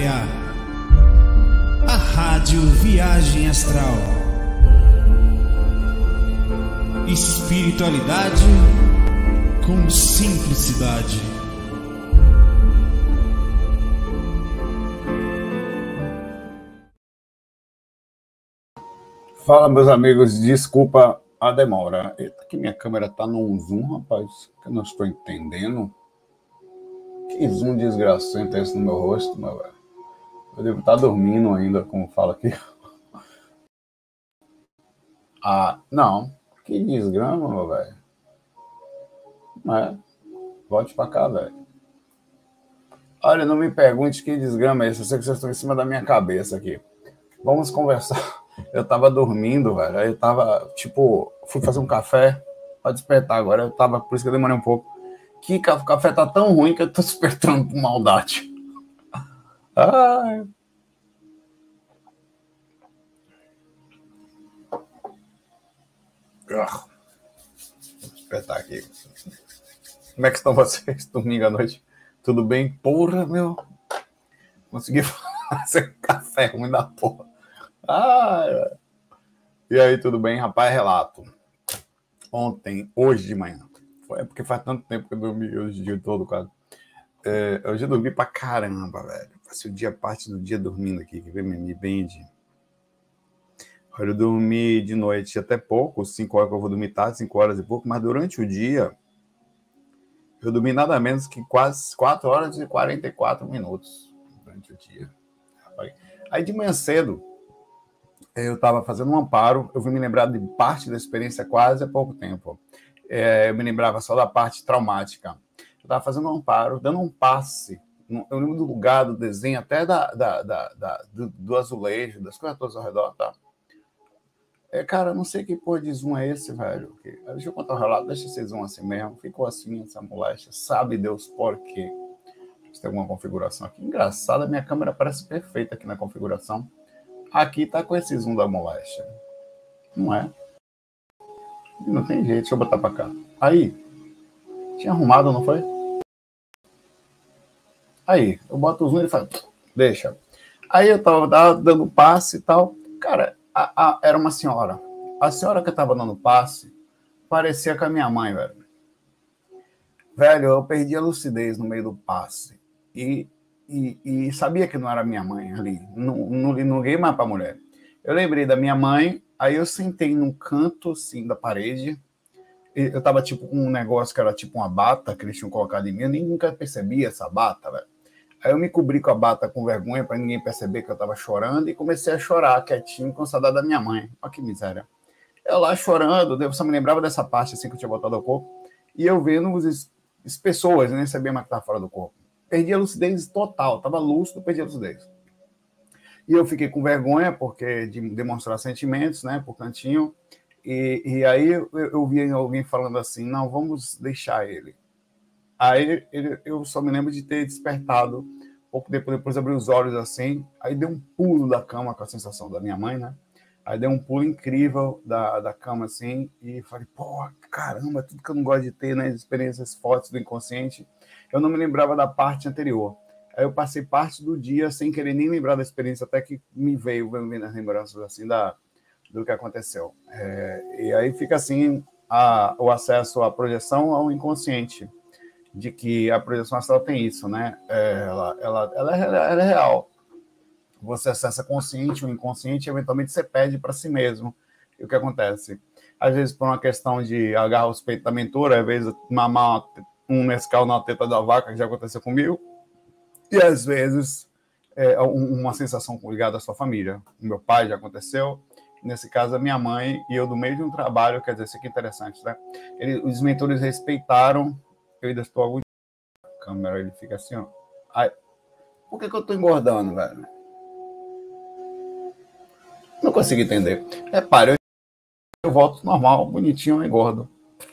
RVA, a Rádio Viagem Astral. Espiritualidade com simplicidade. Fala, meus amigos, desculpa a demora. Eita, que minha câmera tá num zoom, rapaz, que eu não estou entendendo. Que zoom desgraçado é esse no meu rosto, meu velho? Eu devo estar dormindo ainda, como fala aqui. Ah, não. Que desgrama, meu velho. Volte pra cá, velho. Olha, não me pergunte que desgrama é esse. Eu sei que vocês estão em cima da minha cabeça aqui. Vamos conversar. Eu tava dormindo, velho. Aí eu tava, fui fazer um café pra despertar agora. Por isso que eu demorei um pouco. Que o café tá tão ruim que eu tô despertando por maldade. Ai. Vou despertar aqui. Como é que estão vocês? Domingo à noite. Tudo bem? Porra, meu. Consegui fazer café ruim da porra. Ai. E aí, tudo bem? Rapaz, relato. Hoje de manhã. Foi porque faz tanto tempo que eu dormi hoje o dia todo, cara. Hoje eu dormi pra caramba, velho. Passei parte do dia dormindo aqui, que me vende. Eu dormi de noite até pouco, 5 horas que eu vou dormir tarde, 5 horas e pouco, mas durante o dia eu dormi nada menos que quase 4 horas e 44 minutos durante o dia. Aí de manhã cedo, eu estava fazendo um amparo, eu vim me lembrar de parte da experiência quase há pouco tempo. Eu me lembrava só da parte traumática. Eu estava fazendo um amparo, dando um passe. Eu lembro do lugar, do desenho, até do azulejo, das coisas todas ao redor, tá? Cara, não sei que porra de zoom é esse, velho. Deixa eu contar o relato, deixa esse zoom assim mesmo. Ficou assim, essa moléstia. Sabe Deus por quê? Se tem alguma configuração aqui. Engraçada, minha câmera parece perfeita aqui na configuração. Aqui tá com esse zoom da moléstia. Não é? Não tem jeito, deixa eu botar pra cá. Aí, tinha arrumado, não foi? Aí, eu boto o zoom e ele fala, deixa. Aí eu tava dando passe e tal. Cara, era uma senhora. A senhora que tava dando passe parecia com a minha mãe, velho. Velho, eu perdi a lucidez no meio do passe. E sabia que não era minha mãe ali. Não liguei mais pra mulher. Eu lembrei da minha mãe, aí eu sentei num canto, assim, da parede. Eu tava, com um negócio que era tipo uma bata que eles tinham colocado em mim. Eu nem nunca percebi essa bata, velho. Aí eu me cobri com a bata com vergonha para ninguém perceber que eu tava chorando e comecei a chorar quietinho com saudade da minha mãe. Olha que miséria. Eu lá chorando, eu só me lembrava dessa parte assim que eu tinha botado ao corpo. E eu vendo as pessoas, eu nem sabia mais que estava fora do corpo. Perdi a lucidez total, tava lúcido, perdi a lucidez. E eu fiquei com vergonha porque de demonstrar sentimentos, né, por cantinho. E aí eu vi alguém falando assim, não, vamos deixar ele. Aí eu só me lembro de ter despertado, pouco depois abri os olhos assim, aí dei um pulo da cama com a sensação da minha mãe, né? Aí dei um pulo incrível da cama assim e falei, pô, caramba, tudo que eu não gosto de ter, né? Experiências fortes do inconsciente. Eu não me lembrava da parte anterior. Aí eu passei parte do dia sem querer nem lembrar da experiência, até que me veio as lembranças assim do que aconteceu. E aí fica assim o acesso à projeção ao inconsciente, de que a projeção astral tem isso, né? Ela é real. Você acessa consciente, o inconsciente, eventualmente você pede para si mesmo. E o que acontece? Às vezes, por uma questão de agarrar os peitos da mentora, às vezes mamar um Nescau na teta da vaca, que já aconteceu comigo, e às vezes uma sensação ligada à sua família. O meu pai já aconteceu, nesse caso a minha mãe, e eu do meio de um trabalho, quer dizer, isso aqui é interessante, né? Os mentores respeitaram. Eu ainda estou aguentando a câmera, ele fica assim, ó. Ai, por que eu tô engordando, velho? Não consigo entender. Repare, eu volto normal, bonitinho, eu engordo.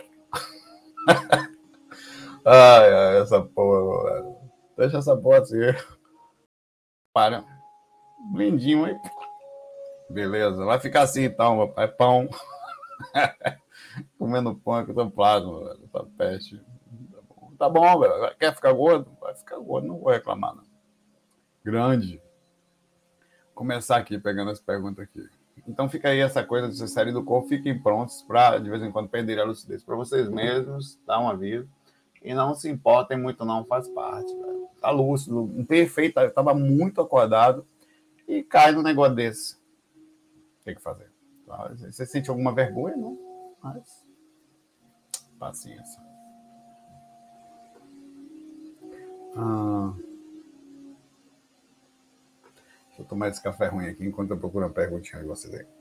Ai, essa porra, velho. Deixa essa porra assim. Para. Lindinho aí. Beleza, vai ficar assim então, papai. Pão. Comendo pão aqui do plasma, velho. Tá peste. Tá bom, velho. Quer ficar gordo? Vai ficar gordo, não vou reclamar, não. grande. Vou começar aqui, pegando as perguntas aqui. Então fica aí essa coisa de sair do corpo, fiquem prontos para, de vez em quando, perder a lucidez para vocês mesmos, dar um aviso. E não se importem muito, não, faz parte. Velho. Tá lúcido, perfeito, eu estava muito acordado e cai num negócio desse. Tem que fazer. Você sente alguma vergonha, não? Mas paciência. Deixa eu tomar esse café ruim aqui enquanto eu procuro uma perguntinha de vocês aí.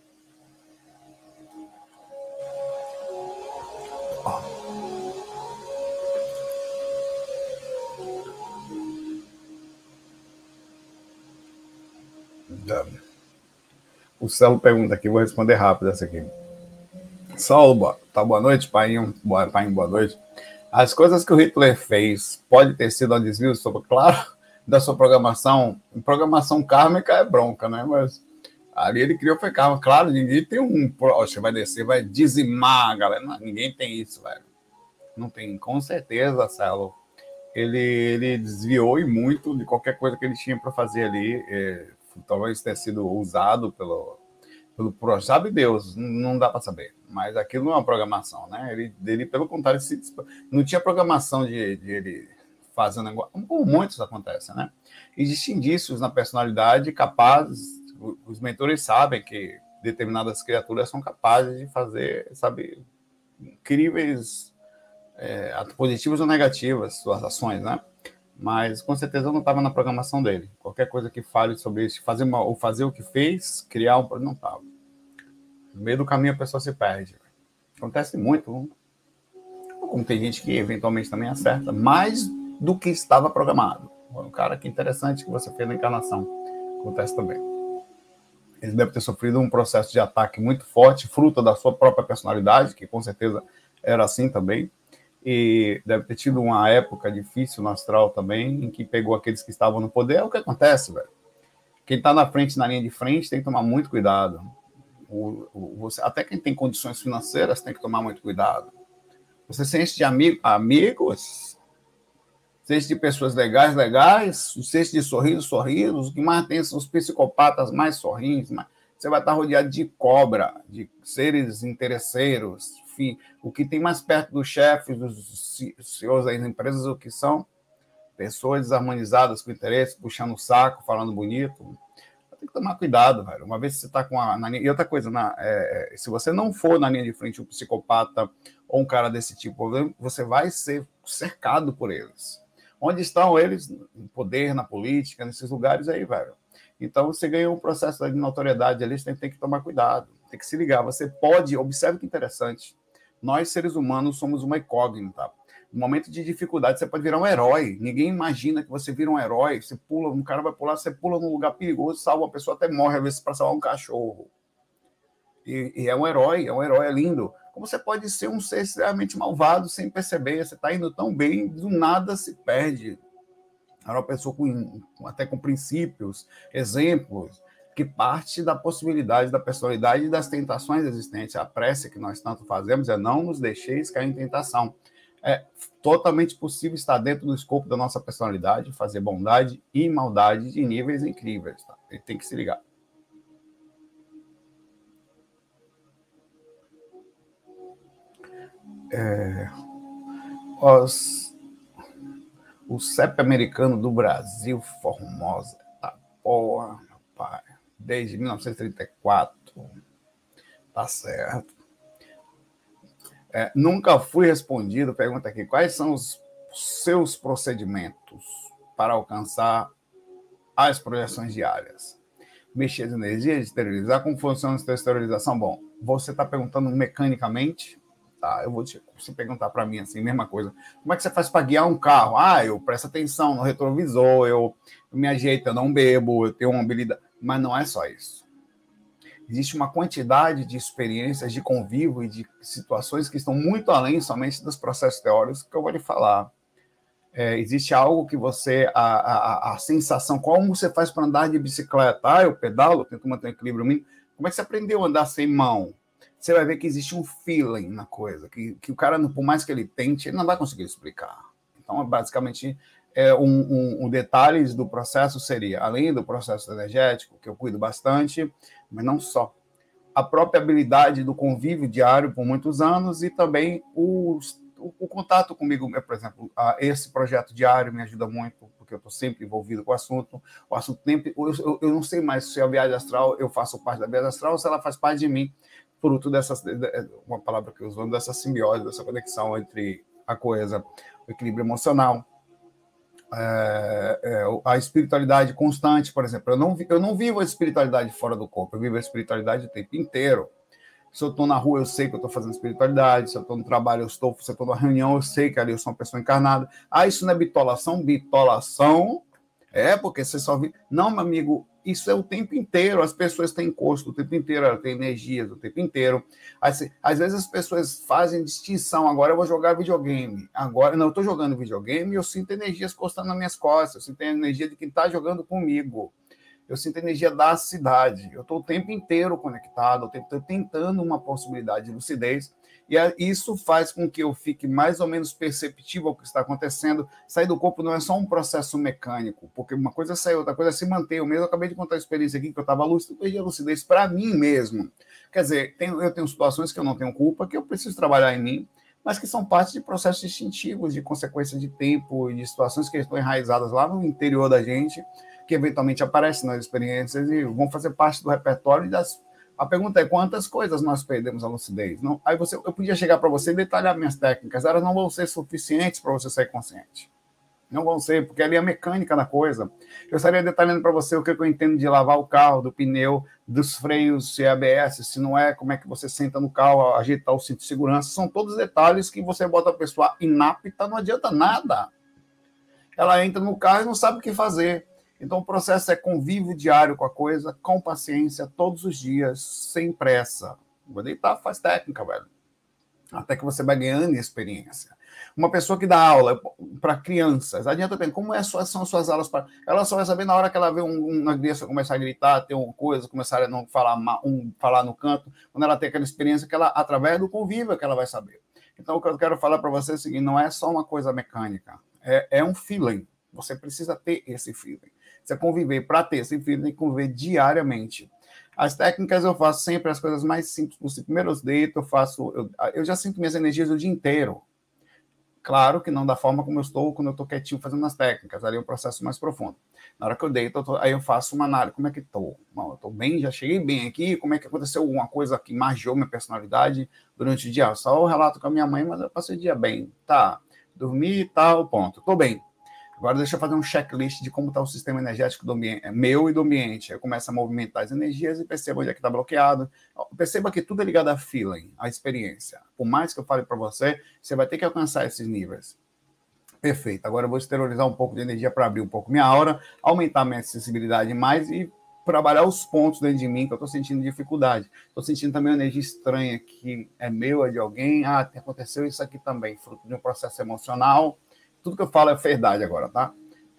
O Celo pergunta aqui, vou responder rápido essa aqui. Saulo, tá, boa noite, painho, boa noite. As coisas que o Hitler fez pode ter sido um desvio sobre, claro, da sua programação. Programação kármica é bronca, né? Mas ali ele criou foi karma. Claro, ninguém tem você vai descer, vai dizimar, galera. Não, ninguém tem isso, velho. Não tem, com certeza, Celo. Ele desviou e muito de qualquer coisa que ele tinha para fazer ali. Talvez tenha sido usado pelo sabe Deus, não dá para saber, mas aquilo não é uma programação, né? Ele pelo contrário, não tinha programação de ele fazer um negócio, como muitos acontecem, né? Existem indícios na personalidade capazes, os mentores sabem que determinadas criaturas são capazes de fazer, sabe, incríveis positivas ou negativas suas ações, né? Mas com certeza não estava na programação dele. Qualquer coisa que fale sobre isso, fazer o que fez, criar não estava. No meio do caminho a pessoa se perde. Acontece muito. Como tem gente que eventualmente também acerta, mais do que estava programado. Cara, que interessante que você fez na encarnação. Acontece também. Ele deve ter sofrido um processo de ataque muito forte, fruto da sua própria personalidade, que com certeza era assim também. E deve ter tido uma época difícil no astral também, em que pegou aqueles que estavam no poder. É o que acontece, velho. Quem está na frente, na linha de frente, tem que tomar muito cuidado. Até quem tem condições financeiras tem que tomar muito cuidado. Você sente de amigos, sente de pessoas legais, sente de sorrisos. O que mais tem são os psicopatas mais sorrindo. Você vai estar rodeado de cobra, de seres interesseiros. Enfim, o que tem mais perto dos chefes, dos CEOs das empresas, o que são pessoas desarmonizadas com interesse, puxando o saco, falando bonito. Tem que tomar cuidado, velho. Uma vez que você está com e outra coisa, se você não for na linha de frente um psicopata ou um cara desse tipo, você vai ser cercado por eles. Onde estão eles? No poder, na política, nesses lugares aí, velho. Então, você ganhou um processo de notoriedade ali, você tem que tomar cuidado, tem que se ligar. Você pode, observe que interessante, nós, seres humanos, somos uma incógnita. No momento de dificuldade, você pode virar um herói. Ninguém imagina que você vira um herói. Você pula, um cara vai pular, você pula num lugar perigoso, salva uma pessoa, até morre, às vezes, para salvar um cachorro. E é um herói, é lindo. Como você pode ser um ser extremamente malvado sem perceber? Você está indo tão bem, do nada se perde. Era uma pessoa até com princípios, exemplos, que parte da possibilidade da personalidade e das tentações existentes. A prece que nós tanto fazemos é não nos deixeis cair em tentação. É totalmente possível estar dentro do escopo da nossa personalidade, fazer bondade e maldade de níveis incríveis. Tá? Ele tem que se ligar. O CEP americano do Brasil, Formosa. Tá, porra, meu pai. Desde 1934. Tá certo. Nunca fui respondido. Pergunta aqui: quais são os seus procedimentos para alcançar as projeções diárias? Mexer as energias, esterilizar. Como funciona a esterilização? Bom, você está perguntando mecanicamente. Tá, eu vou se perguntar para mim assim, mesma coisa. Como é que você faz para guiar um carro? Eu presto atenção no retrovisor, eu me ajeito, eu não bebo, eu tenho uma habilidade. Mas não é só isso. Existe uma quantidade de experiências de convívio e de situações que estão muito além somente dos processos teóricos que eu vou lhe falar. Existe algo que você... A sensação, como você faz para andar de bicicleta? Eu pedalo, tento manter o equilíbrio mínimo. Como é que você aprendeu a andar sem mão? Você vai ver que existe um feeling na coisa, que o cara, por mais que ele tente, ele não vai conseguir explicar. Então, basicamente, Detalhes do processo seria, além do processo energético, que eu cuido bastante, mas não só, a própria habilidade do convívio diário por muitos anos e também o contato comigo, por exemplo, esse projeto diário me ajuda muito, porque eu estou sempre envolvido com o assunto eu não sei mais se a viagem astral, eu faço parte da viagem astral ou se ela faz parte de mim, fruto uma palavra que eu uso, dessa simbiose, dessa conexão entre a coisa, o equilíbrio emocional, a espiritualidade constante, por exemplo. Eu não vivo a espiritualidade fora do corpo, eu vivo a espiritualidade o tempo inteiro. Se eu estou na rua, eu sei que eu estou fazendo espiritualidade. Se eu estou no trabalho, se eu estou numa reunião, eu sei que ali eu sou uma pessoa encarnada. Isso não é bitolação? Bitolação porque você só vive... Não, meu amigo, isso é o tempo inteiro. As pessoas têm encosto o tempo inteiro, elas têm energias o tempo inteiro. Às vezes as pessoas fazem distinção. Agora eu vou jogar videogame. Agora, não, eu estou jogando videogame e eu sinto energias costando nas minhas costas. Eu sinto a energia de quem está jogando comigo. Eu sinto a energia da cidade. Eu estou o tempo inteiro conectado, estou tentando uma possibilidade de lucidez, e isso faz com que eu fique mais ou menos perceptível ao que está acontecendo. Sair do corpo não é só um processo mecânico, porque uma coisa é sair, outra coisa é se manter. Eu mesmo acabei de contar a experiência aqui, que eu estava lúcido, eu perdi a lucidez para mim mesmo. Quer dizer, eu tenho situações que eu não tenho culpa, que eu preciso trabalhar em mim, mas que são parte de processos instintivos, de consequência de tempo, e de situações que estão enraizadas lá no interior da gente, que eventualmente aparecem nas experiências e vão fazer parte do repertório. A pergunta é quantas coisas nós perdemos a lucidez? Não, eu podia chegar para você e detalhar minhas técnicas, elas não vão ser suficientes para você sair consciente. Não vão ser, porque ali é a mecânica da coisa. Eu estaria detalhando para você o que eu entendo de lavar o carro, do pneu, dos freios, se é ABS, se não é, como é que você senta no carro, ajeitar o cinto de segurança. São todos detalhes que você bota a pessoa inapta, não adianta nada. Ela entra no carro e não sabe o que fazer. Então, o processo é convívio diário com a coisa, com paciência, todos os dias, sem pressa. Vou deitar, faz técnica, velho. Até que você vai ganhando experiência. Uma pessoa que dá aula para crianças, adianta bem, são suas aulas para... Ela só vai saber na hora que ela vê uma criança começar a gritar, ter uma coisa, começar a não falar no canto, quando ela tem aquela experiência que ela, através do convívio, que ela vai saber. Então, o que eu quero falar para você é o seguinte, não é só uma coisa mecânica, é um feeling. Você precisa ter esse feeling. Você conviver, para ter esse feeling, tem que conviver diariamente. As técnicas eu faço sempre as coisas mais simples possível. Primeiro eu deito, eu já sinto minhas energias o dia inteiro. Claro que não da forma como eu estou quando eu estou quietinho fazendo as técnicas, ali é um processo mais profundo. Na hora que eu deito, aí eu faço uma análise, como é que estou? Eu estou bem, já cheguei bem aqui, como é que aconteceu alguma coisa que margeou minha personalidade durante o dia? Só o relato com a minha mãe, mas eu passei o dia bem. Tá, dormi e tal, ponto. Estou bem. Agora deixa eu fazer um checklist de como está o sistema energético do ambiente, meu e do ambiente. Eu começo a movimentar as energias e percebo onde é que está bloqueado. Perceba que tudo é ligado a feeling, a experiência. Por mais que eu fale para você, você vai ter que alcançar esses níveis. Perfeito. Agora eu vou exteriorizar um pouco de energia para abrir um pouco minha aura, aumentar minha sensibilidade mais e trabalhar os pontos dentro de mim que eu estou sentindo dificuldade. Estou sentindo também uma energia estranha que é meu, é de alguém. Aconteceu isso aqui também, fruto de um processo emocional. Tudo que eu falo é verdade agora, tá?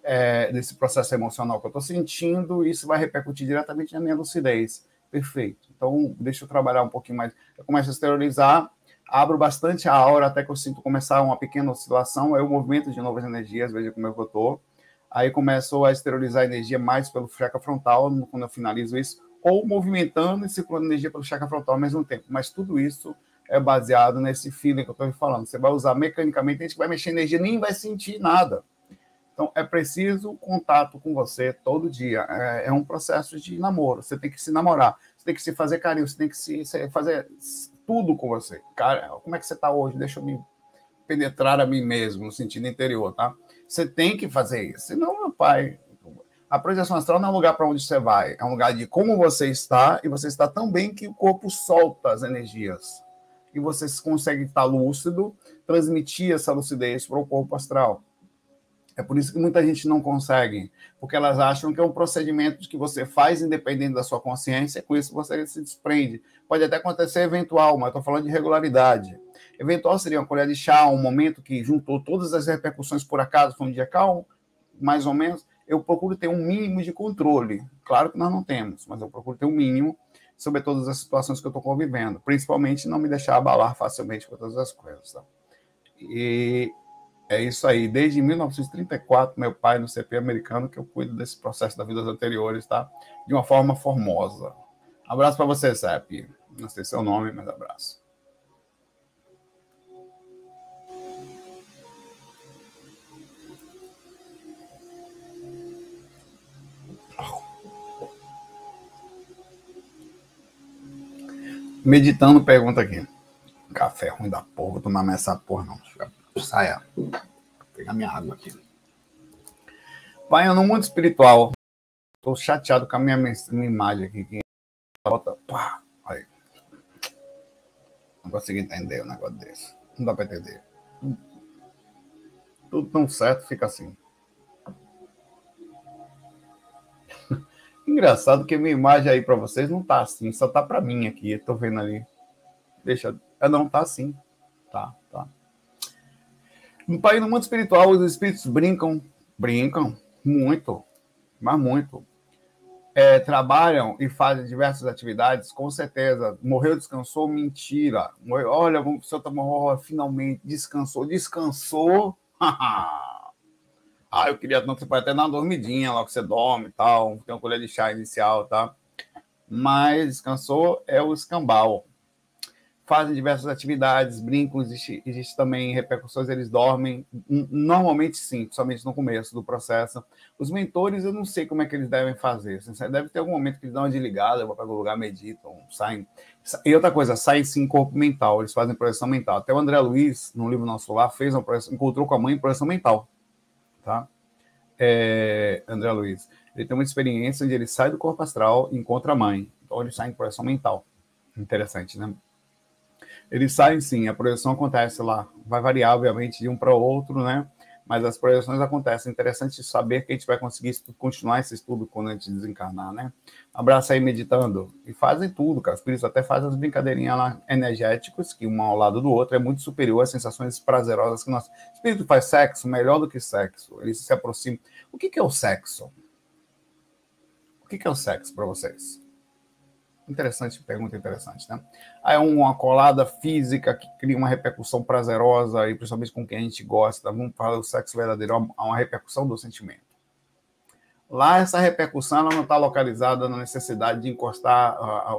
Desse processo emocional que eu estou sentindo, isso vai repercutir diretamente na minha lucidez. Perfeito. Então, deixa eu trabalhar um pouquinho mais. Eu começo a exteriorizar, abro bastante a aura até que eu sinto começar uma pequena oscilação, aí eu movimento de novo as energias, veja como eu estou. Aí começo a exteriorizar a energia mais pelo chakra frontal, quando eu finalizo isso, ou movimentando e circulando energia pelo chakra frontal ao mesmo tempo. Mas tudo isso é baseado nesse feeling que eu estou falando. Você vai usar mecanicamente, a gente vai mexer energia, nem vai sentir nada. Então, é preciso contato com você todo dia. É um processo de namoro. Você tem que se namorar, você tem que se fazer carinho, você tem que se fazer tudo com você. Cara, como é que você está hoje? Deixa eu me penetrar a mim mesmo, no sentido interior, tá? Você tem que fazer isso. Senão, meu pai... A projeção astral não é um lugar para onde você vai. É um lugar de como você está, e você está tão bem que o corpo solta as energias. E você consegue estar lúcido, transmitir essa lucidez para o corpo astral. É por isso que muita gente não consegue, porque elas acham que é um procedimento que você faz independente da sua consciência, e com isso você se desprende. Pode até acontecer eventual, mas eu estou falando de regularidade. Eventual seria uma colher de chá, um momento que juntou todas as repercussões por acaso, foi um dia calmo, mais ou menos. Eu procuro ter um mínimo de controle. Claro que nós não temos, mas eu procuro ter um mínimo sobre todas as situações que eu estou convivendo, principalmente não me deixar abalar facilmente com todas as coisas. Tá? E É isso aí. Desde 1934, meu pai no CP americano, que eu cuido desse processo das vidas anteriores, tá? De uma forma formosa. Abraço para você, CEP. Não sei seu nome, mas abraço. Meditando, pergunta aqui. Café ruim da porra, vou tomar mais essa porra, não. Saia. Vou pegar minha água aqui. Pai, no mundo espiritual, tô chateado com a minha imagem aqui. Que volta. Pá, aí. Não consigo entender um negócio desse. Não dá pra entender. Tudo tão certo, fica assim. Engraçado que a minha imagem aí para vocês não tá assim, só tá para mim aqui. Eu tô vendo ali. Deixa. Não tá assim. Tá. No pai, no mundo espiritual, os espíritos brincam muito, mas muito. Trabalham e fazem diversas atividades, com certeza. Morreu, descansou, mentira. Morreu, olha, o senhor tá morrendo, finalmente descansou. Eu queria tanto, você pode até dar uma dormidinha lá que você dorme e tal, tem uma colher de chá inicial, tá? Mas descansou é o escambau. Fazem diversas atividades, brincam, existe também repercussões, eles dormem, normalmente sim, principalmente no começo do processo. Os mentores, eu não sei como é que eles devem fazer, deve ter algum momento que eles dão uma desligada, vão para algum lugar, meditam, saem. E outra coisa, saem sim corpo mental, eles fazem projeção mental. Até o André Luiz, no livro Nosso Lar, fez uma projeção, encontrou com a mãe em projeção mental, tá? André Luiz, ele tem uma experiência onde ele sai do corpo astral e encontra a mãe, então ele sai em projeção mental. Interessante, né? Eles saem sim, a projeção acontece lá, vai variar, obviamente, de um para o outro, né? Mas as projeções acontecem. Interessante saber que a gente vai conseguir continuar esse estudo quando a gente desencarnar, né? Abraço aí, meditando. E fazem tudo, cara. Os espíritos até fazem as brincadeirinhas lá energéticos, que um ao lado do outro é muito superior às sensações prazerosas que nós. O espírito faz sexo melhor do que sexo. Ele se aproxima. O que é o sexo? O que é o sexo para vocês? Interessante, pergunta interessante, né? É uma colada física que cria uma repercussão prazerosa, e principalmente com quem a gente gosta. Vamos falar do sexo verdadeiro, há uma repercussão do sentimento. Lá, essa repercussão ela não está localizada na necessidade de encostar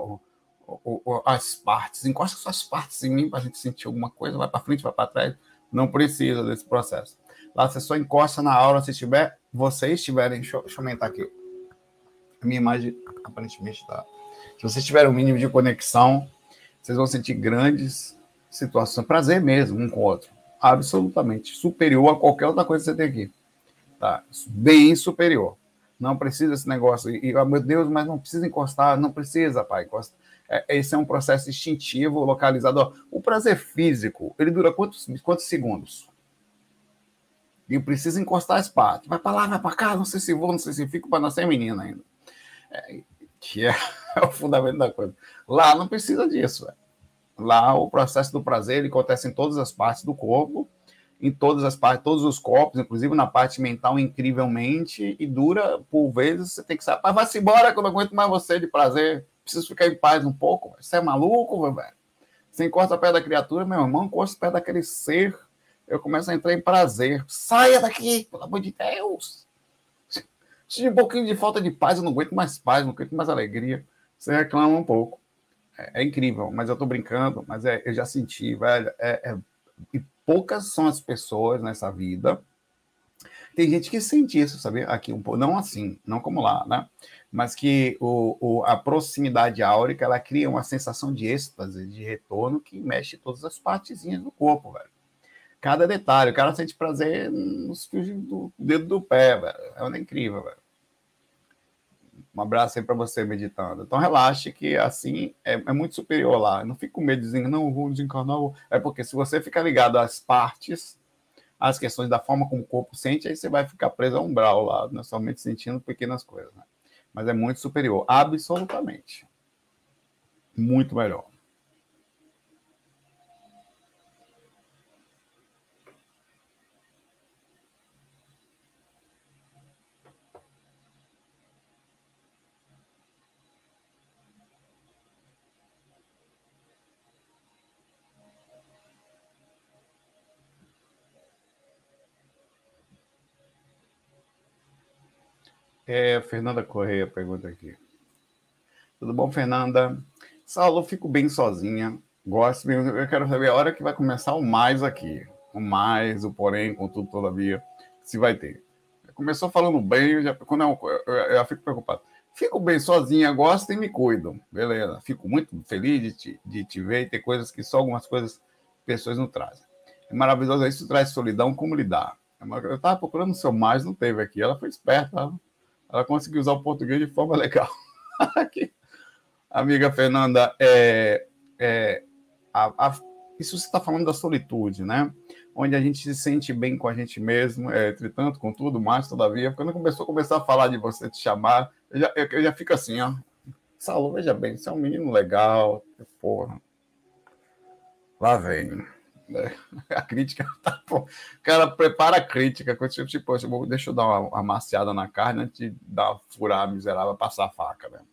as partes. Encosta suas partes em mim para a gente sentir alguma coisa, vai para frente, vai para trás. Não precisa desse processo. Lá, você só encosta na aura se vocês estiverem. Deixa eu aumentar aqui. A minha imagem aparentemente está. Se vocês tiverem um mínimo de conexão, vocês vão sentir grandes situações, prazer mesmo, um com o outro. Absolutamente. Superior a qualquer outra coisa que você tem aqui. Tá? Bem superior. Não precisa desse negócio. Meu Deus, mas não precisa encostar. Não precisa, pai. Encosta. Esse é um processo instintivo, localizado. O prazer físico, ele dura quantos segundos? E precisa encostar as partes. Vai para lá, vai para cá, não sei se vou, não sei se fico, para nascer menina ainda. Que é o fundamento da coisa. Lá não precisa disso. Lá o processo do prazer ele acontece em todas as partes do corpo, em todas as partes, todos os corpos, inclusive na parte mental, incrivelmente, e dura, por vezes, você tem que saber, mas vai-se embora que eu não aguento mais você de prazer, preciso ficar em paz um pouco. Você é maluco, meu velho? Você encosta perto da criatura, meu irmão, encosta perto daquele ser, eu começo a entrar em prazer. Saia daqui, pelo amor de Deus! Se um pouquinho de falta de paz, eu não aguento mais paz, não aguento mais alegria. Você reclama um pouco. É incrível, mas eu tô brincando, mas eu já senti, velho. E poucas são as pessoas nessa vida. Tem gente que sente isso, sabe? Aqui um pouco, não assim, não como lá, né? Mas que a proximidade áurica, ela cria uma sensação de êxtase, de retorno, que mexe todas as partezinhas do corpo, velho. Cada detalhe, o cara sente prazer nos fios do dedo do pé, velho. É incrível, velho. Um abraço aí para você meditando. Então relaxe que assim é muito superior lá. Não fique com medo de dizer, não, vou desencarnar. É porque se você ficar ligado às partes, às questões da forma como o corpo sente, aí você vai ficar preso a um umbral lá, né? Somente sentindo pequenas coisas. Né? Mas é muito superior, absolutamente. Muito melhor. Fernanda Correia pergunta aqui. Tudo bom, Fernanda? Saulo, eu fico bem sozinha. Gosto mesmo. Eu quero saber a hora que vai começar o mais aqui. O mais, o porém, contudo, todavia, se vai ter. Começou falando bem, eu já fico preocupado. Fico bem sozinha, gosto e me cuido. Beleza. Fico muito feliz de te ver e ter coisas que só algumas coisas pessoas não trazem. É maravilhoso. Isso traz solidão, como lidar? Eu estava procurando o seu mais, não teve aqui. Ela foi esperta. Ela conseguiu usar o português de forma legal. Amiga Fernanda, isso você está falando da solitude, né? Onde a gente se sente bem com a gente mesmo, entretanto, contudo, mas, todavia, quando começou a falar de você te chamar, eu já fico assim, ó. Saulo, veja bem, você é um menino legal, porra. Lá vem. A crítica, tá, pô. O cara prepara a crítica, tipo, deixa eu dar uma amaciada na carne antes de furar a miserável, passar a faca, né?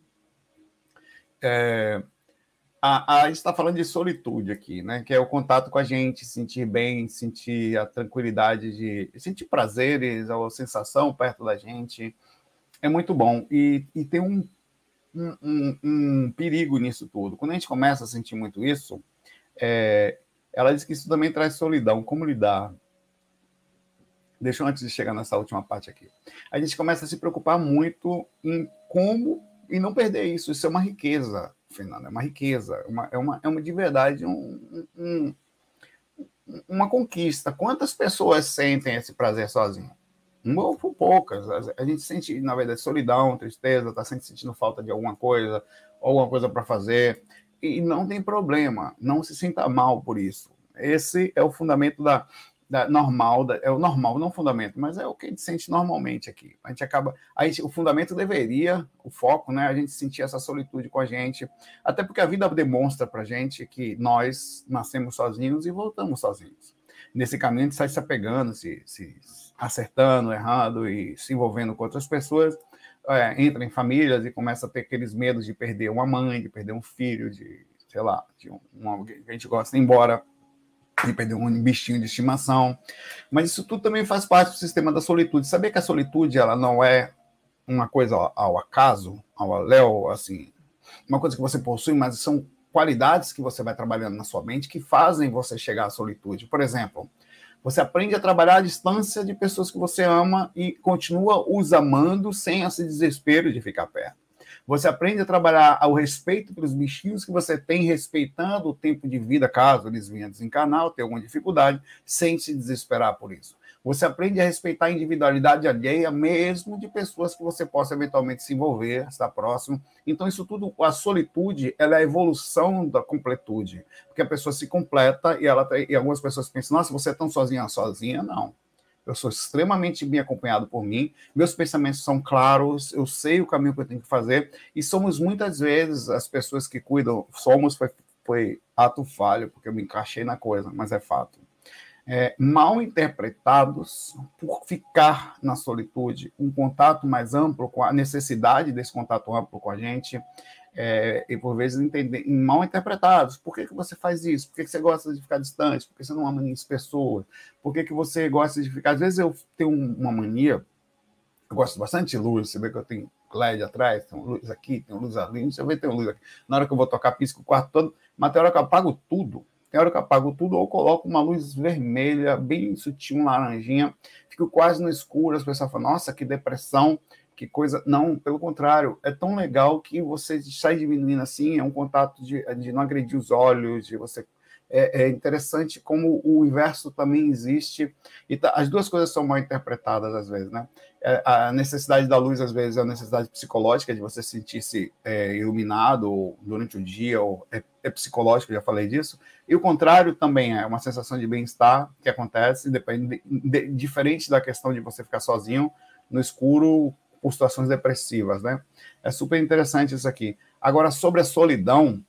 A gente está falando de solitude aqui, né? Que é o contato com a gente, sentir bem, sentir a tranquilidade de sentir prazeres, a sensação perto da gente. É muito bom. E tem um perigo nisso tudo. Quando a gente começa a sentir muito isso, ela diz que isso também traz solidão. Como lidar? Deixa eu, antes de chegar nessa última parte aqui. A gente começa a se preocupar muito em como e não perder isso. Isso é uma riqueza, Fernanda, é uma riqueza, é uma de verdade uma conquista. Quantas pessoas sentem esse prazer sozinho? Uma ou poucas. A gente sente, na verdade, solidão, tristeza, está sempre sentindo falta de alguma coisa para fazer, e não tem problema, não se sinta mal por isso. Esse é o fundamento é o normal, não o fundamento, mas é o que a gente sente normalmente aqui. O fundamento deveria, o foco, né, a gente sentir essa solitude com a gente, até porque a vida demonstra pra gente que nós nascemos sozinhos e voltamos sozinhos. Nesse caminho a gente sai se apegando, se acertando, errando e se envolvendo com outras pessoas, entra em famílias e começa a ter aqueles medos de perder uma mãe, de perder um filho, de, sei lá, de alguém que a gente gosta de ir embora, de perder um bichinho de estimação. Mas isso tudo também faz parte do sistema da solitude. Saber que a solitude ela não é uma coisa ao acaso, ao aléu, assim, uma coisa que você possui, mas são qualidades que você vai trabalhando na sua mente que fazem você chegar à solitude. Por exemplo, você aprende a trabalhar à distância de pessoas que você ama e continua os amando sem esse desespero de ficar perto. Você aprende a trabalhar ao respeito pelos bichinhos que você tem, respeitando o tempo de vida, caso eles venham desencarnar ou ter alguma dificuldade, sem se desesperar por isso. Você aprende a respeitar a individualidade alheia, mesmo de pessoas que você possa eventualmente se envolver, estar próximo. Então, isso tudo, a solitude, ela é a evolução da completude, porque a pessoa se completa e algumas pessoas pensam, nossa, você é tão sozinha. Não. Eu sou extremamente bem acompanhado por mim, meus pensamentos são claros, eu sei o caminho que eu tenho que fazer, e somos muitas vezes as pessoas que cuidam, foi ato falho, porque eu me encaixei na coisa, mas é fato. Mal interpretados por ficar na solitude, um contato mais amplo, com a necessidade desse contato amplo com a gente, e por vezes mal interpretados. Por que você faz isso? Por que você gosta de ficar distante? Por que você não ama as pessoas? Por que você gosta de ficar... Às vezes eu tenho uma mania, eu gosto bastante de luz, você vê que eu tenho LED atrás, tem luz aqui, tem luz ali, você vê que tem luz aqui. Na hora que eu vou tocar, pisco o quarto todo, mas tem hora que eu apago tudo. Tem hora que eu apago tudo ou coloco uma luz vermelha, bem sutil, um laranjinha, fico quase no escuro, as pessoas falam, nossa, que depressão, que coisa... Não, pelo contrário, é tão legal que você sai diminuindo assim, é um contato de não agredir os olhos, de você... É interessante como o inverso também existe, e as duas coisas são mal interpretadas às vezes, né? A necessidade da luz, às vezes, é a necessidade psicológica de você sentir-se iluminado durante o dia, ou é psicológico, já falei disso, e o contrário também é uma sensação de bem-estar que acontece, diferente da questão de você ficar sozinho no escuro por situações depressivas, né? É super interessante isso aqui. Agora, sobre a solidão,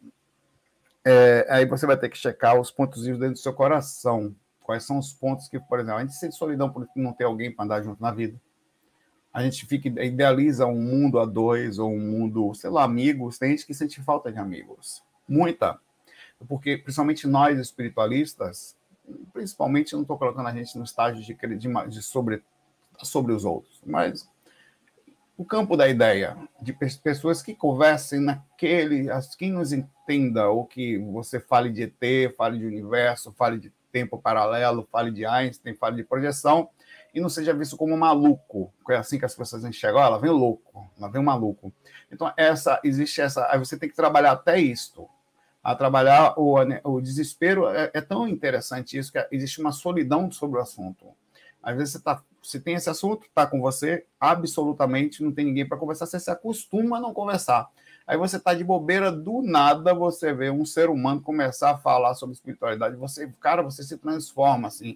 aí você vai ter que checar os pontos dentro do seu coração. Quais são os pontos que, por exemplo, a gente sente solidão por não ter alguém para andar junto na vida. A gente idealiza um mundo a dois, ou um mundo, sei lá, amigos. Tem gente que sente falta de amigos. Muita. Porque, principalmente nós, espiritualistas, principalmente, eu não estou colocando a gente no estágio de sobre os outros, mas o campo da ideia, de pessoas que conversem naquele, quem nos entenda, ou que você fale de ET, fale de universo, fale de tempo paralelo, fale de Einstein, fale de projeção, e não seja visto como maluco, é assim que as pessoas enxergam, ela vem louco, ela vem maluco. Então, existe essa, aí você tem que trabalhar até isto, a trabalhar o desespero, é tão interessante isso, que existe uma solidão sobre o assunto. Às vezes você tem esse assunto, está com você, absolutamente não tem ninguém para conversar, você se acostuma a não conversar. Aí você está de bobeira, do nada você vê um ser humano começar a falar sobre espiritualidade, você se transforma assim.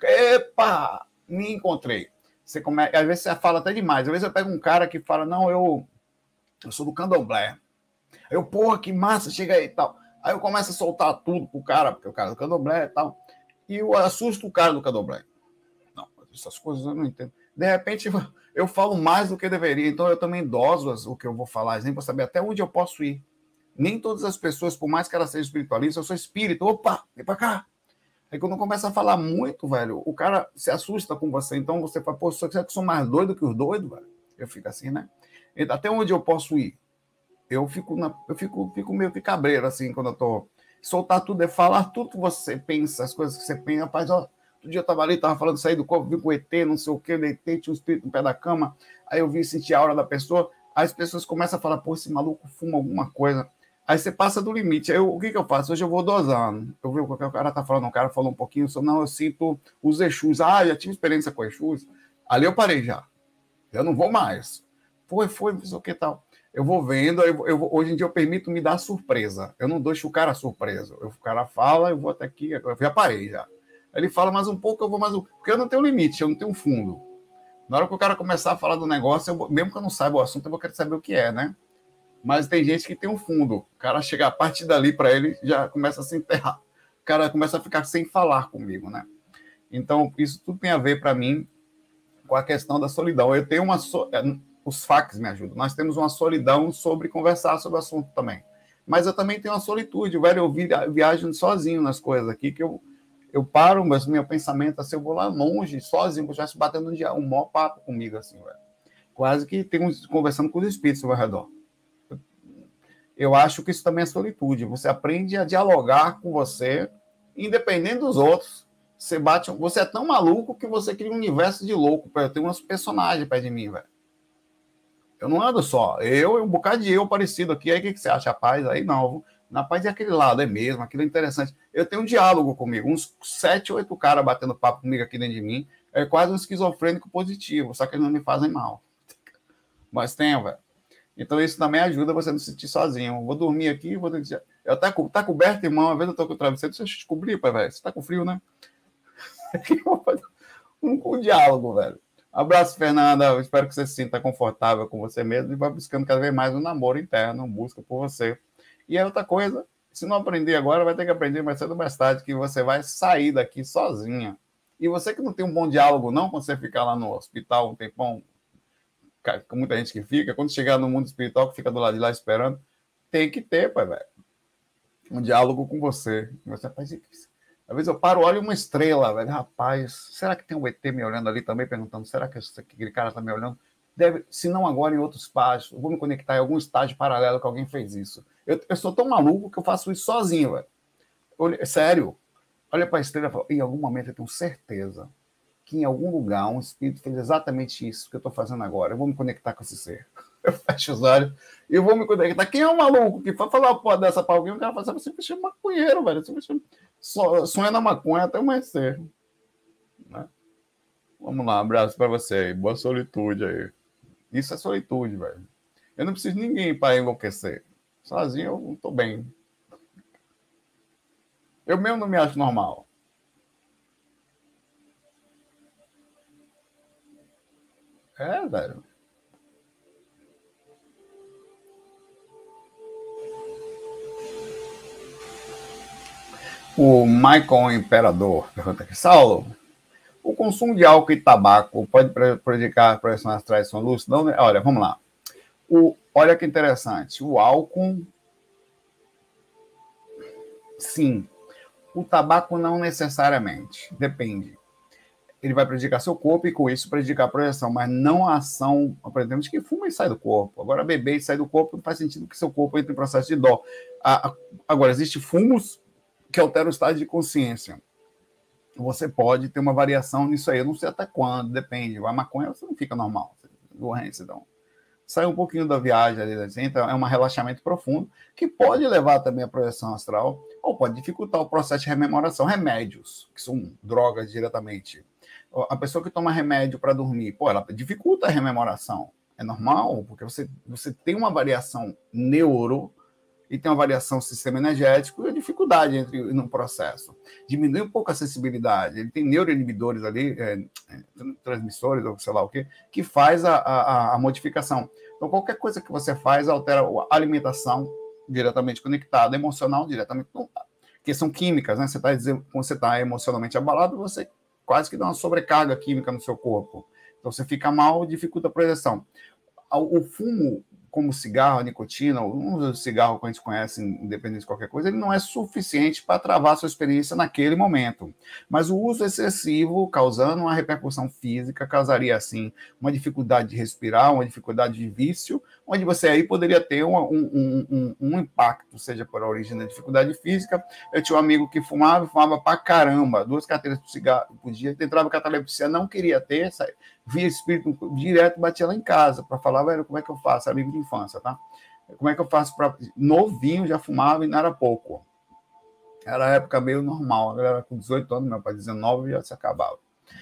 Epa, me encontrei. Às vezes você fala até demais. Às vezes eu pego um cara que fala, não, eu sou do candomblé. Eu, porra, que massa, chega aí e tal. Aí eu começo a soltar tudo pro cara, porque o cara é do candomblé e tal, e eu assusto o cara do candomblé. Essas coisas eu não entendo. De repente, eu falo mais do que deveria, então eu também doso o que eu vou falar, nem para saber até onde eu posso ir. Nem todas as pessoas, por mais que elas sejam espiritualistas, eu sou espírito, opa, vem para cá. Aí quando começa a falar muito, velho, o cara se assusta com você, então você fala, pô, será que eu sou mais doido que os doidos, velho? Eu fico assim, né? Então, até onde eu posso ir? Eu fico meio que cabreiro, assim, quando eu tô... Soltar tudo, é falar tudo que você pensa, as coisas que você pensa, rapaz, ó, outro dia eu estava ali, estava falando, sair do corpo, vi com o ET, não sei o quê, deitei, tinha um espírito no pé da cama, aí eu vi, senti a aura da pessoa, aí as pessoas começam a falar, pô, esse maluco fuma alguma coisa, aí você passa do limite, aí o que eu faço? Hoje eu vou dosando, eu vi o que o cara está falando, o cara falou um pouquinho, não, eu sinto os Exus, já tive experiência com Exus, ali eu parei já, eu não vou mais, foi, não sei o que tal, eu vou vendo, hoje em dia eu permito me dar surpresa, eu não deixo o cara surpreso, o cara fala, eu vou até aqui, eu já parei já. Ele fala mais um pouco, eu vou mais um... Porque eu não tenho limite, eu não tenho fundo. Na hora que o cara começar a falar do negócio, mesmo que eu não saiba o assunto, eu vou querer saber o que é, né? Mas tem gente que tem um fundo. O cara chega a partir dali para ele, já começa a se enterrar. O cara começa a ficar sem falar comigo, né? Então, isso tudo tem a ver, para mim, com a questão da solidão. Eu tenho os facs me ajudam. Nós temos uma solidão sobre conversar sobre o assunto também. Mas eu também tenho uma solitude, velho. Eu viajo sozinho nas coisas aqui, que eu paro, mas meu pensamento, assim, eu vou lá longe, sozinho, eu já se batendo um maior papo comigo, assim, velho. Quase que conversando com os espíritos ao meu redor. Eu acho que isso também é solitude. Você aprende a dialogar com você, independente dos outros. Você é tão maluco que você cria um universo de louco. Eu tenho uns personagens perto de mim, velho. Eu não ando só. Um bocado de eu parecido aqui. Aí o que você acha, rapaz? Aí não. Na paz é aquele lado, é mesmo, aquilo é interessante. Eu tenho um diálogo comigo, uns 7, 8 caras batendo papo comigo aqui dentro de mim. É quase um esquizofrênico positivo, só que eles não me fazem mal. Mas tem, velho. Então isso também ajuda você a não se sentir sozinho. Vou dormir aqui, tá coberto, irmão. Às vezes eu tô com o travesseiro, deixa eu te cobrir, pai, velho. Você tá com frio, né? um diálogo, velho. Abraço, Fernanda. Eu espero que você se sinta confortável com você mesmo e vá buscando cada vez mais um namoro interno, busca por você. E é outra coisa, se não aprender agora, vai ter que aprender mais cedo ou mais tarde, que você vai sair daqui sozinha. E você que não tem um bom diálogo, não, quando você ficar lá no hospital um tempão, com muita gente que fica, quando chegar no mundo espiritual, que fica do lado de lá esperando, tem que ter, pai, velho, um diálogo com você. Às vezes eu paro, olho uma estrela, velho, rapaz, será que tem um ET me olhando ali também, perguntando, será que aquele cara tá me olhando? Deve, se não agora, em outros estágios. Eu vou me conectar em algum estágio paralelo que alguém fez isso. Eu sou tão maluco que eu faço isso sozinho, velho. Sério. Olha para a estrela e falo, em algum momento eu tenho certeza que em algum lugar um espírito fez exatamente isso que eu estou fazendo agora. Eu vou me conectar com esse ser. Eu fecho os olhos e eu vou me conectar. Quem é o maluco que vai falar uma porra dessa para alguém? O cara fala assim, você é maconheiro, velho. Você sonha na maconha até amanhecer. Né? Vamos lá, um abraço para você aí. Boa solitude aí. Isso é solitude, velho. Eu não preciso de ninguém para enlouquecer. Sozinho eu não estou bem. Eu mesmo não me acho normal. É, velho. O Michael Imperador pergunta aqui, Saulo, o consumo de álcool e tabaco pode prejudicar a projeção astral e sono lúcido? Não, olha, vamos lá. Olha que interessante. O álcool, sim. O tabaco não necessariamente. Depende. ele vai prejudicar seu corpo e, com isso, prejudicar a projeção, mas não a ação, por exemplo, de que fuma e sai do corpo. Agora, beber e sair do corpo não faz sentido que seu corpo entre em processo de dó. Agora, existem fumos que alteram o estado de consciência. Você pode ter uma variação nisso aí, eu não sei até quando, depende. A maconha você não fica normal, doença, então. Sai um pouquinho da viagem ali, assim, então é um relaxamento profundo, que pode levar também à projeção astral, ou pode dificultar o processo de rememoração. Remédios, que são drogas diretamente. A pessoa que toma remédio para dormir, ela dificulta a rememoração. É normal, porque você tem uma variação neuro e tem uma variação do sistema energético e a dificuldade no processo. Diminui um pouco a sensibilidade. Ele tem neuroinibidores ali, transmissores, ou sei lá o quê, que faz a modificação. Então, qualquer coisa que você faz altera a alimentação diretamente conectada, emocional diretamente, porque são químicas, né? Quando você está emocionalmente abalado, você quase que dá uma sobrecarga química no seu corpo. Então, você fica mal, dificulta a projeção. O fumo, como cigarro, a nicotina, um cigarro que a gente conhece, independente de qualquer coisa, ele não é suficiente para travar a sua experiência naquele momento. Mas o uso excessivo, causando uma repercussão física, causaria, assim, uma dificuldade de respirar, uma dificuldade de vício, onde você aí poderia ter um impacto, seja por origem da dificuldade física. Eu tinha um amigo que fumava pra caramba, 2 carteiras por cigarro por dia, entrava com a catalepsia, não queria ter, via espírito direto, batia lá em casa para falar, velho, como é que eu faço? Amigo de infância, tá? Como é que eu faço para... Novinho, já fumava e não era pouco. Era a época meio normal. A galera com 18 anos, meu pai 19, já se acabava.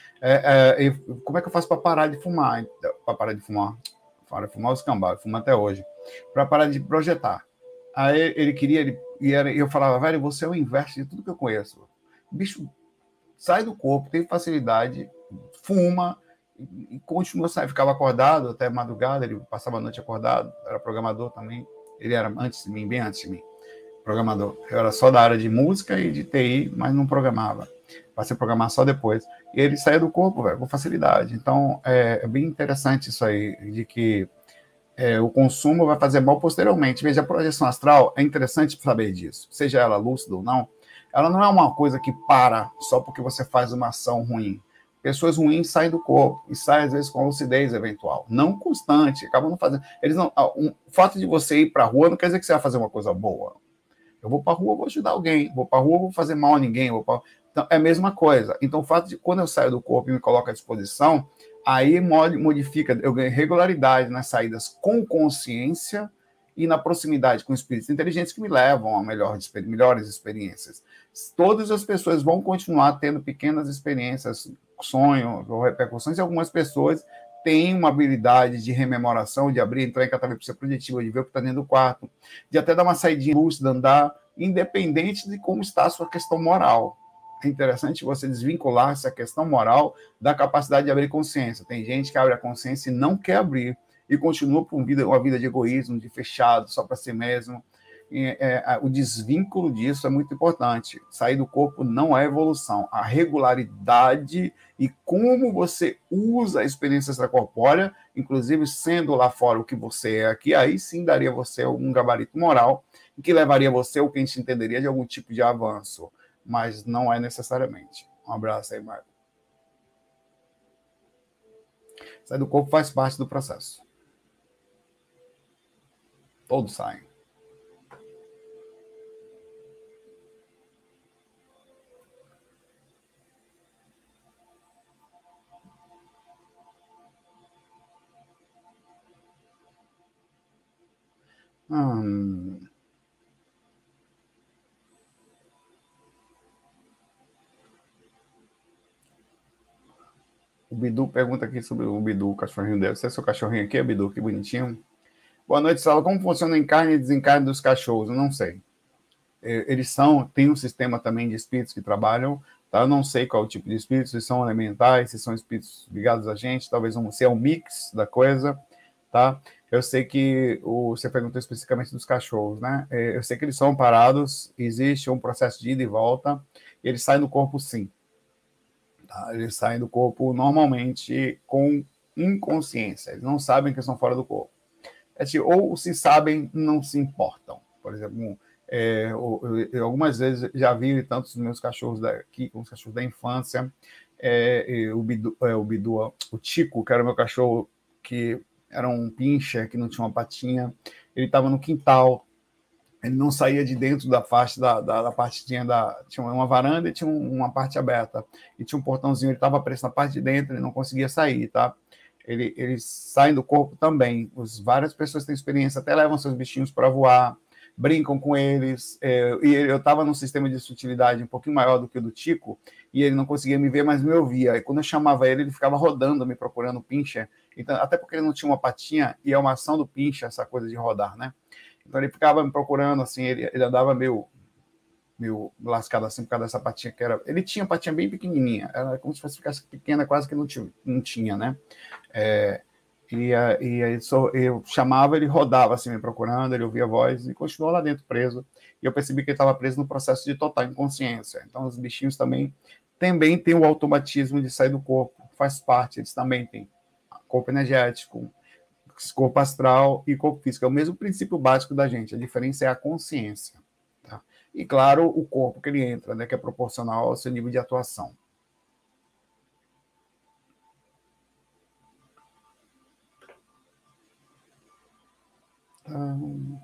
Como é que eu faço para parar de fumar? Para parar de fumar? Para fumar os cambal, fuma até hoje. Para parar de projetar. Aí ele queria, e eu falava, velho, você é o inverso de tudo que eu conheço. O bicho sai do corpo, tem facilidade, fuma, e continua saindo, ficava acordado até madrugada, ele passava a noite acordado, era programador também, ele era antes de mim, bem antes de mim, programador. Eu era só da área de música e de TI, mas não programava. Passei a programar só depois. E ele saía do corpo, velho, com facilidade. Então, é bem interessante isso aí, de que o consumo vai fazer mal posteriormente. Veja, a projeção astral, é interessante saber disso, seja ela lúcida ou não, ela não é uma coisa que para só porque você faz uma ação ruim. Pessoas ruins saem do corpo e saem, às vezes, com lucidez eventual. Não constante, acabam não fazendo. O fato de você ir para a rua não quer dizer que você vai fazer uma coisa boa. Eu vou para a rua, vou ajudar alguém. Vou para a rua, vou fazer mal a ninguém. Então, é a mesma coisa. Então, o fato de, quando eu saio do corpo e me coloco à disposição, aí modifica, eu ganho regularidade nas saídas com consciência e na proximidade com espíritos inteligentes que me levam a melhores experiências. Todas as pessoas vão continuar tendo pequenas experiências, sonhos ou repercussões, e algumas pessoas têm uma habilidade de rememoração, de entrar em catalepsia projetiva, de ver o que está dentro do quarto, de até dar uma saidinha lúcida, andar, independente de como está a sua questão moral. É interessante você desvincular essa questão moral da capacidade de abrir consciência. Tem gente que abre a consciência e não quer abrir, e continua por uma vida de egoísmo, de fechado, só para si mesmo. O desvínculo disso é muito importante. Sair do corpo não é evolução. A regularidade e como você usa a experiência extracorpórea, inclusive sendo lá fora o que você é aqui, aí sim daria você um gabarito moral que levaria você, o que a gente entenderia, de algum tipo de avanço. Mas não é necessariamente. Um abraço aí, Marco. Sair do corpo faz parte do processo. Todos saem. O Bidu pergunta aqui sobre o Bidu, o cachorrinho dele. Você é seu cachorrinho aqui, Bidu? Que bonitinho. Boa noite, Sala. Como funciona o encarne e desencarne dos cachorros? Eu não sei. Eles têm um sistema também de espíritos que trabalham, tá? Eu não sei qual é o tipo de espíritos, se são elementais, se são espíritos ligados a gente, talvez se é um mix da coisa, tá? Eu sei que você perguntou especificamente dos cachorros, né? Eu sei que eles são parados, existe um processo de ida e volta, e eles saem do corpo sim. Tá? Eles saem do corpo normalmente com inconsciência, eles não sabem que estão fora do corpo. Ou se sabem, não se importam. Por exemplo, eu algumas vezes já vi tantos dos meus cachorros daqui, com os cachorros da infância, O Tico, que era o meu cachorro, que era um pincher, que não tinha uma patinha, ele estava no quintal, ele não saía de dentro da faixa, da parte tinha uma varanda e tinha uma parte aberta, e tinha um portãozinho, ele estava preso na parte de dentro, ele não conseguia sair, tá? Eles saem do corpo também, várias pessoas têm experiência, até levam seus bichinhos para voar, brincam com eles, e eu estava num sistema de sutilidade um pouquinho maior do que o do Tico, e ele não conseguia me ver, mas me ouvia, e quando eu chamava ele, ele ficava rodando, me procurando o pincher, então, até porque ele não tinha uma patinha, e é uma ação do pincher, essa coisa de rodar, né? Então ele ficava me procurando, assim, ele andava meio lascado assim por causa dessa patinha que era... Ele tinha patinha bem pequenininha, era como se fosse ficasse pequena, quase que não tinha, né? E aí eu chamava, ele rodava assim me procurando, ele ouvia a voz e continuou lá dentro preso. E eu percebi que ele estava preso no processo de total inconsciência. Então os bichinhos também têm o automatismo de sair do corpo, faz parte, eles também têm corpo energético, corpo astral e corpo físico. É o mesmo princípio básico da gente, a diferença é a consciência. Tá? E, claro, o corpo que ele entra, né, que é proporcional ao seu nível de atuação. Então...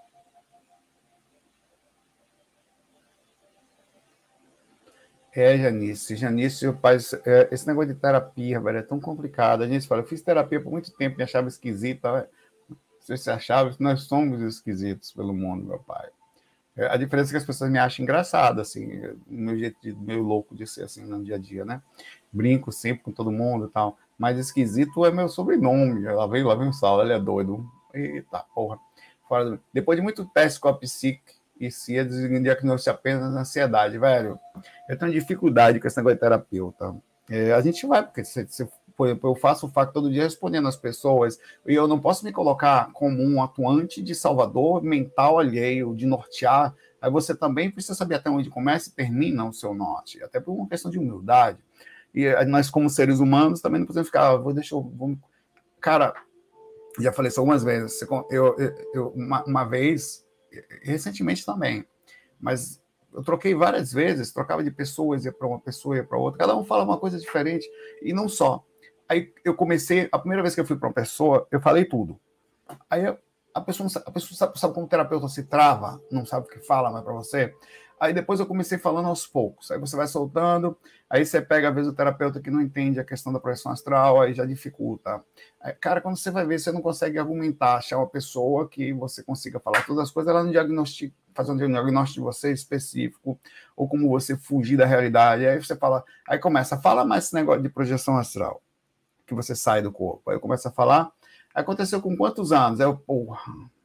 Janice, esse negócio de terapia, velho, é tão complicado. A gente fala, eu fiz terapia por muito tempo, me achava esquisita. Você achava, nós somos esquisitos pelo mundo, meu pai. A diferença é que as pessoas me acham engraçada, assim, meu jeito meio louco de ser, assim, no dia a dia, né? Brinco sempre com todo mundo e tal. Mas esquisito é meu sobrenome. Lá vem o Saulo, ele é doido. Eita, porra. Depois de muito teste com a psique, e se é diagnosticar apenas ansiedade, velho. Eu tenho dificuldade com esse negócio de terapeuta. A gente vai, porque eu faço o fato todo dia respondendo às pessoas, e eu não posso me colocar como um atuante de salvador mental alheio, de nortear. Aí você também precisa saber até onde começa e termina o seu norte, até por uma questão de humildade. E nós, como seres humanos, também não podemos ficar, Cara, já falei isso algumas vezes. Uma vez, recentemente também, mas eu troquei várias vezes, trocava de pessoas, ia para uma pessoa, ia para outra, cada um fala uma coisa diferente, e não só. Aí eu comecei, a primeira vez que eu fui para uma pessoa, eu falei tudo. Aí a pessoa sabe como o terapeuta se trava, não sabe o que fala mais para você. Aí depois eu comecei falando aos poucos. Aí você vai soltando, aí você pega, às vezes, o terapeuta que não entende a questão da projeção astral, aí já dificulta. Aí, cara, quando você vai ver, você não consegue argumentar, achar uma pessoa que você consiga falar todas as coisas, ela não diagnostica, fazer um diagnóstico de você específico, ou como você fugir da realidade. Aí você fala, aí começa, fala mais esse negócio de projeção astral, que você sai do corpo. Aí eu começo a falar, aconteceu com quantos anos? Aí eu, porra...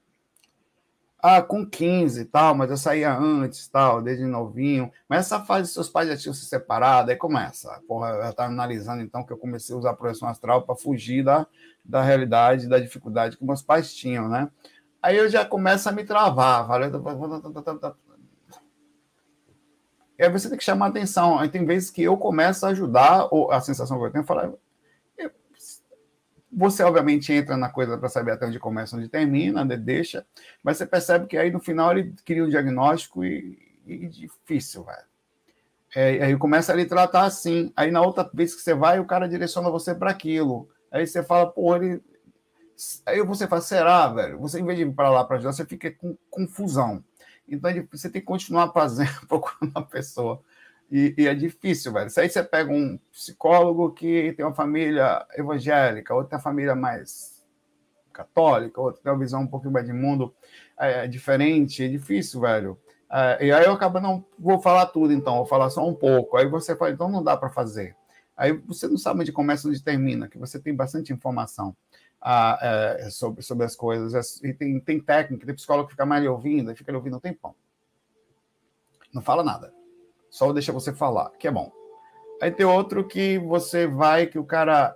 com 15 e tal, mas eu saía antes, tal, desde novinho. Mas essa fase, seus pais já tinham se separado, aí começa. Porra, eu estava analisando, então, que eu comecei a usar a projeção astral para fugir da realidade, da dificuldade que meus pais tinham, né? Aí eu já começo a me travar. E aí você tem que chamar a atenção. Aí tem vezes que eu começo a ajudar, ou a sensação que eu tenho é falar... Você, obviamente, entra na coisa para saber até onde começa, onde termina, deixa, mas você percebe que aí, no final, ele cria um diagnóstico e difícil, velho. Aí começa a lhe tratar assim. Aí, na outra vez que você vai, o cara direciona você para aquilo. Aí você fala, porra, ele... Aí você fala, será, velho? Você, em vez de ir para lá para ajudar, você fica com confusão. Então, você tem que continuar fazendo, procurando a pessoa. E é difícil, velho. Isso aí você pega um psicólogo que tem uma família evangélica, outra tem uma família mais católica, outra tem uma visão um pouquinho mais de mundo diferente, é difícil, velho. E aí eu acabo, não vou falar tudo, então, vou falar só um pouco. Aí você fala, então não dá para fazer. Aí você não sabe onde começa, onde termina, que você tem bastante informação sobre as coisas. E tem técnica, tem psicólogo que fica mais lhe ouvindo, fica lhe ouvindo um tempão. Não fala nada. Só deixa você falar, que é bom. Aí tem outro que você vai, que o cara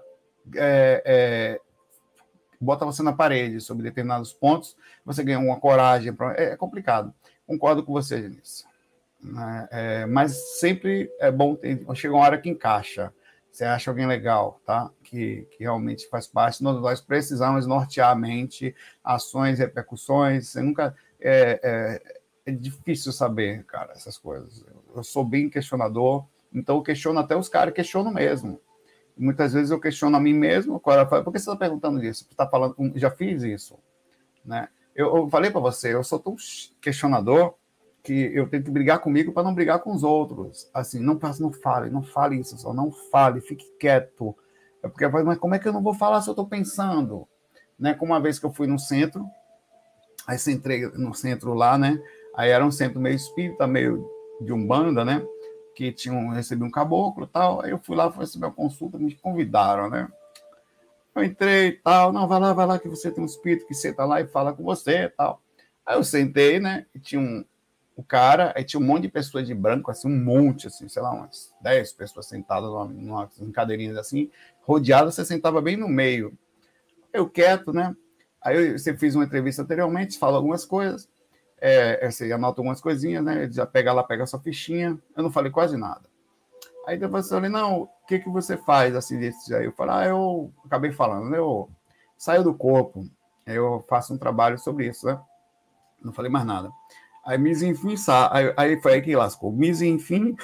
bota você na parede sobre determinados pontos, você ganha uma coragem. É complicado. Concordo com você, Janice. Mas sempre é bom, chega uma hora que encaixa. Você acha alguém legal, tá? Que realmente faz parte. Nós precisamos nortear a mente, ações, repercussões. Você nunca... É difícil saber, cara, essas coisas. Eu sou bem questionador, Então eu questiono até os caras, questiono mesmo. Muitas vezes eu questiono a mim mesmo, o cara fala, por que você está perguntando isso? Você está falando, já fiz isso, né? Eu falei para você, eu sou tão questionador que eu tenho que brigar comigo para não brigar com os outros. Assim, não fale isso, só não fale, fique quieto. É porque, mas como é que eu não vou falar se eu estou pensando? Né? Como uma vez que eu fui no centro, aí você entrei no centro lá, né? Aí era um centro meio espírita, meio de umbanda, né? Que recebi um caboclo e tal. Aí eu fui lá, fui receber uma consulta, me convidaram, né? Eu entrei e tal, não, vai lá, que você tem um espírito que senta lá e fala com você e tal. Aí eu sentei, né? E tinha o cara, aí tinha um monte de pessoas de branco, assim, um monte, assim, sei lá, umas 10 pessoas sentadas numa cadeirinhas assim, rodeadas, você sentava bem no meio. Eu quieto, né? Aí você fez uma entrevista anteriormente, fala algumas coisas, você anota algumas coisinhas, né? Já pega lá, pega a sua fichinha. Eu não falei quase nada. Aí depois eu falei, não, o que você faz assim desse? Aí eu falei, eu acabei falando, né? Eu saio do corpo, eu faço um trabalho sobre isso, né? Não falei mais nada. Aí Mizinfim sabe, aí foi aí que lascou. Mizinfim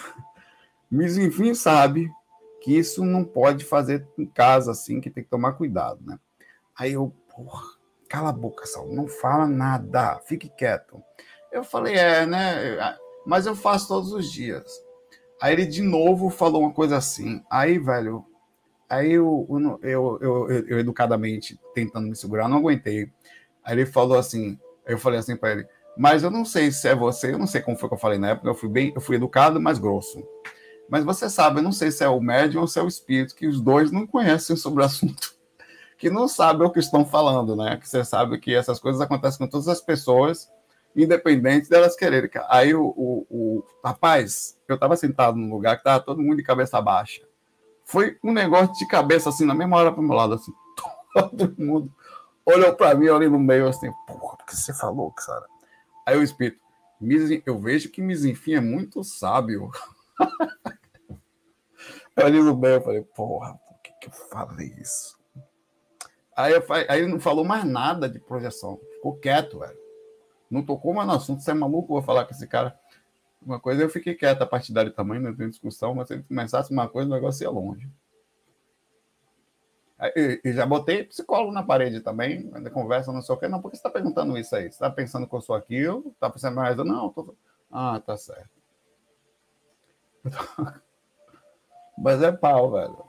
sabe que isso não pode fazer em casa assim, que tem que tomar cuidado, né? Aí eu, porra, cala a boca, Sal, não fala nada, fique quieto. Eu falei, né? Mas eu faço todos os dias. Aí ele de novo falou uma coisa assim. Aí, velho, aí eu educadamente tentando me segurar, não aguentei. Aí ele falou assim, eu falei assim para ele, mas eu não sei se é você, eu não sei como foi que eu falei na época, eu fui educado, mas grosso. Mas você sabe, eu não sei se é o médium ou se é o espírito, que os dois não conhecem sobre o assunto, que não sabem o que estão falando, né? Que você sabe que essas coisas acontecem com todas as pessoas, independente delas quererem. Aí o rapaz, eu estava sentado num lugar que estava todo mundo de cabeça baixa. Foi um negócio de cabeça assim, na mesma hora para o meu lado, assim, todo mundo olhou para mim ali no meio, assim, porra, o que você falou, cara? Aí o espírito, eu vejo que Mizinfim é muito sábio. Eu ali no meio, eu falei, porra, por que eu falei isso? Aí ele não falou mais nada de projeção, ficou quieto, velho. Não tocou mais no assunto, você é maluco, eu vou falar com esse cara. Uma coisa, eu fiquei quieto a partir dali também, não tem discussão, mas se ele começasse uma coisa, o negócio ia longe. E já botei psicólogo na parede também, ainda conversa, não sei o quê. Não, por que você está perguntando isso aí? Você está pensando que eu sou aquilo? Está pensando mais? Não, tô... Ah, tá certo. Mas é pau, velho.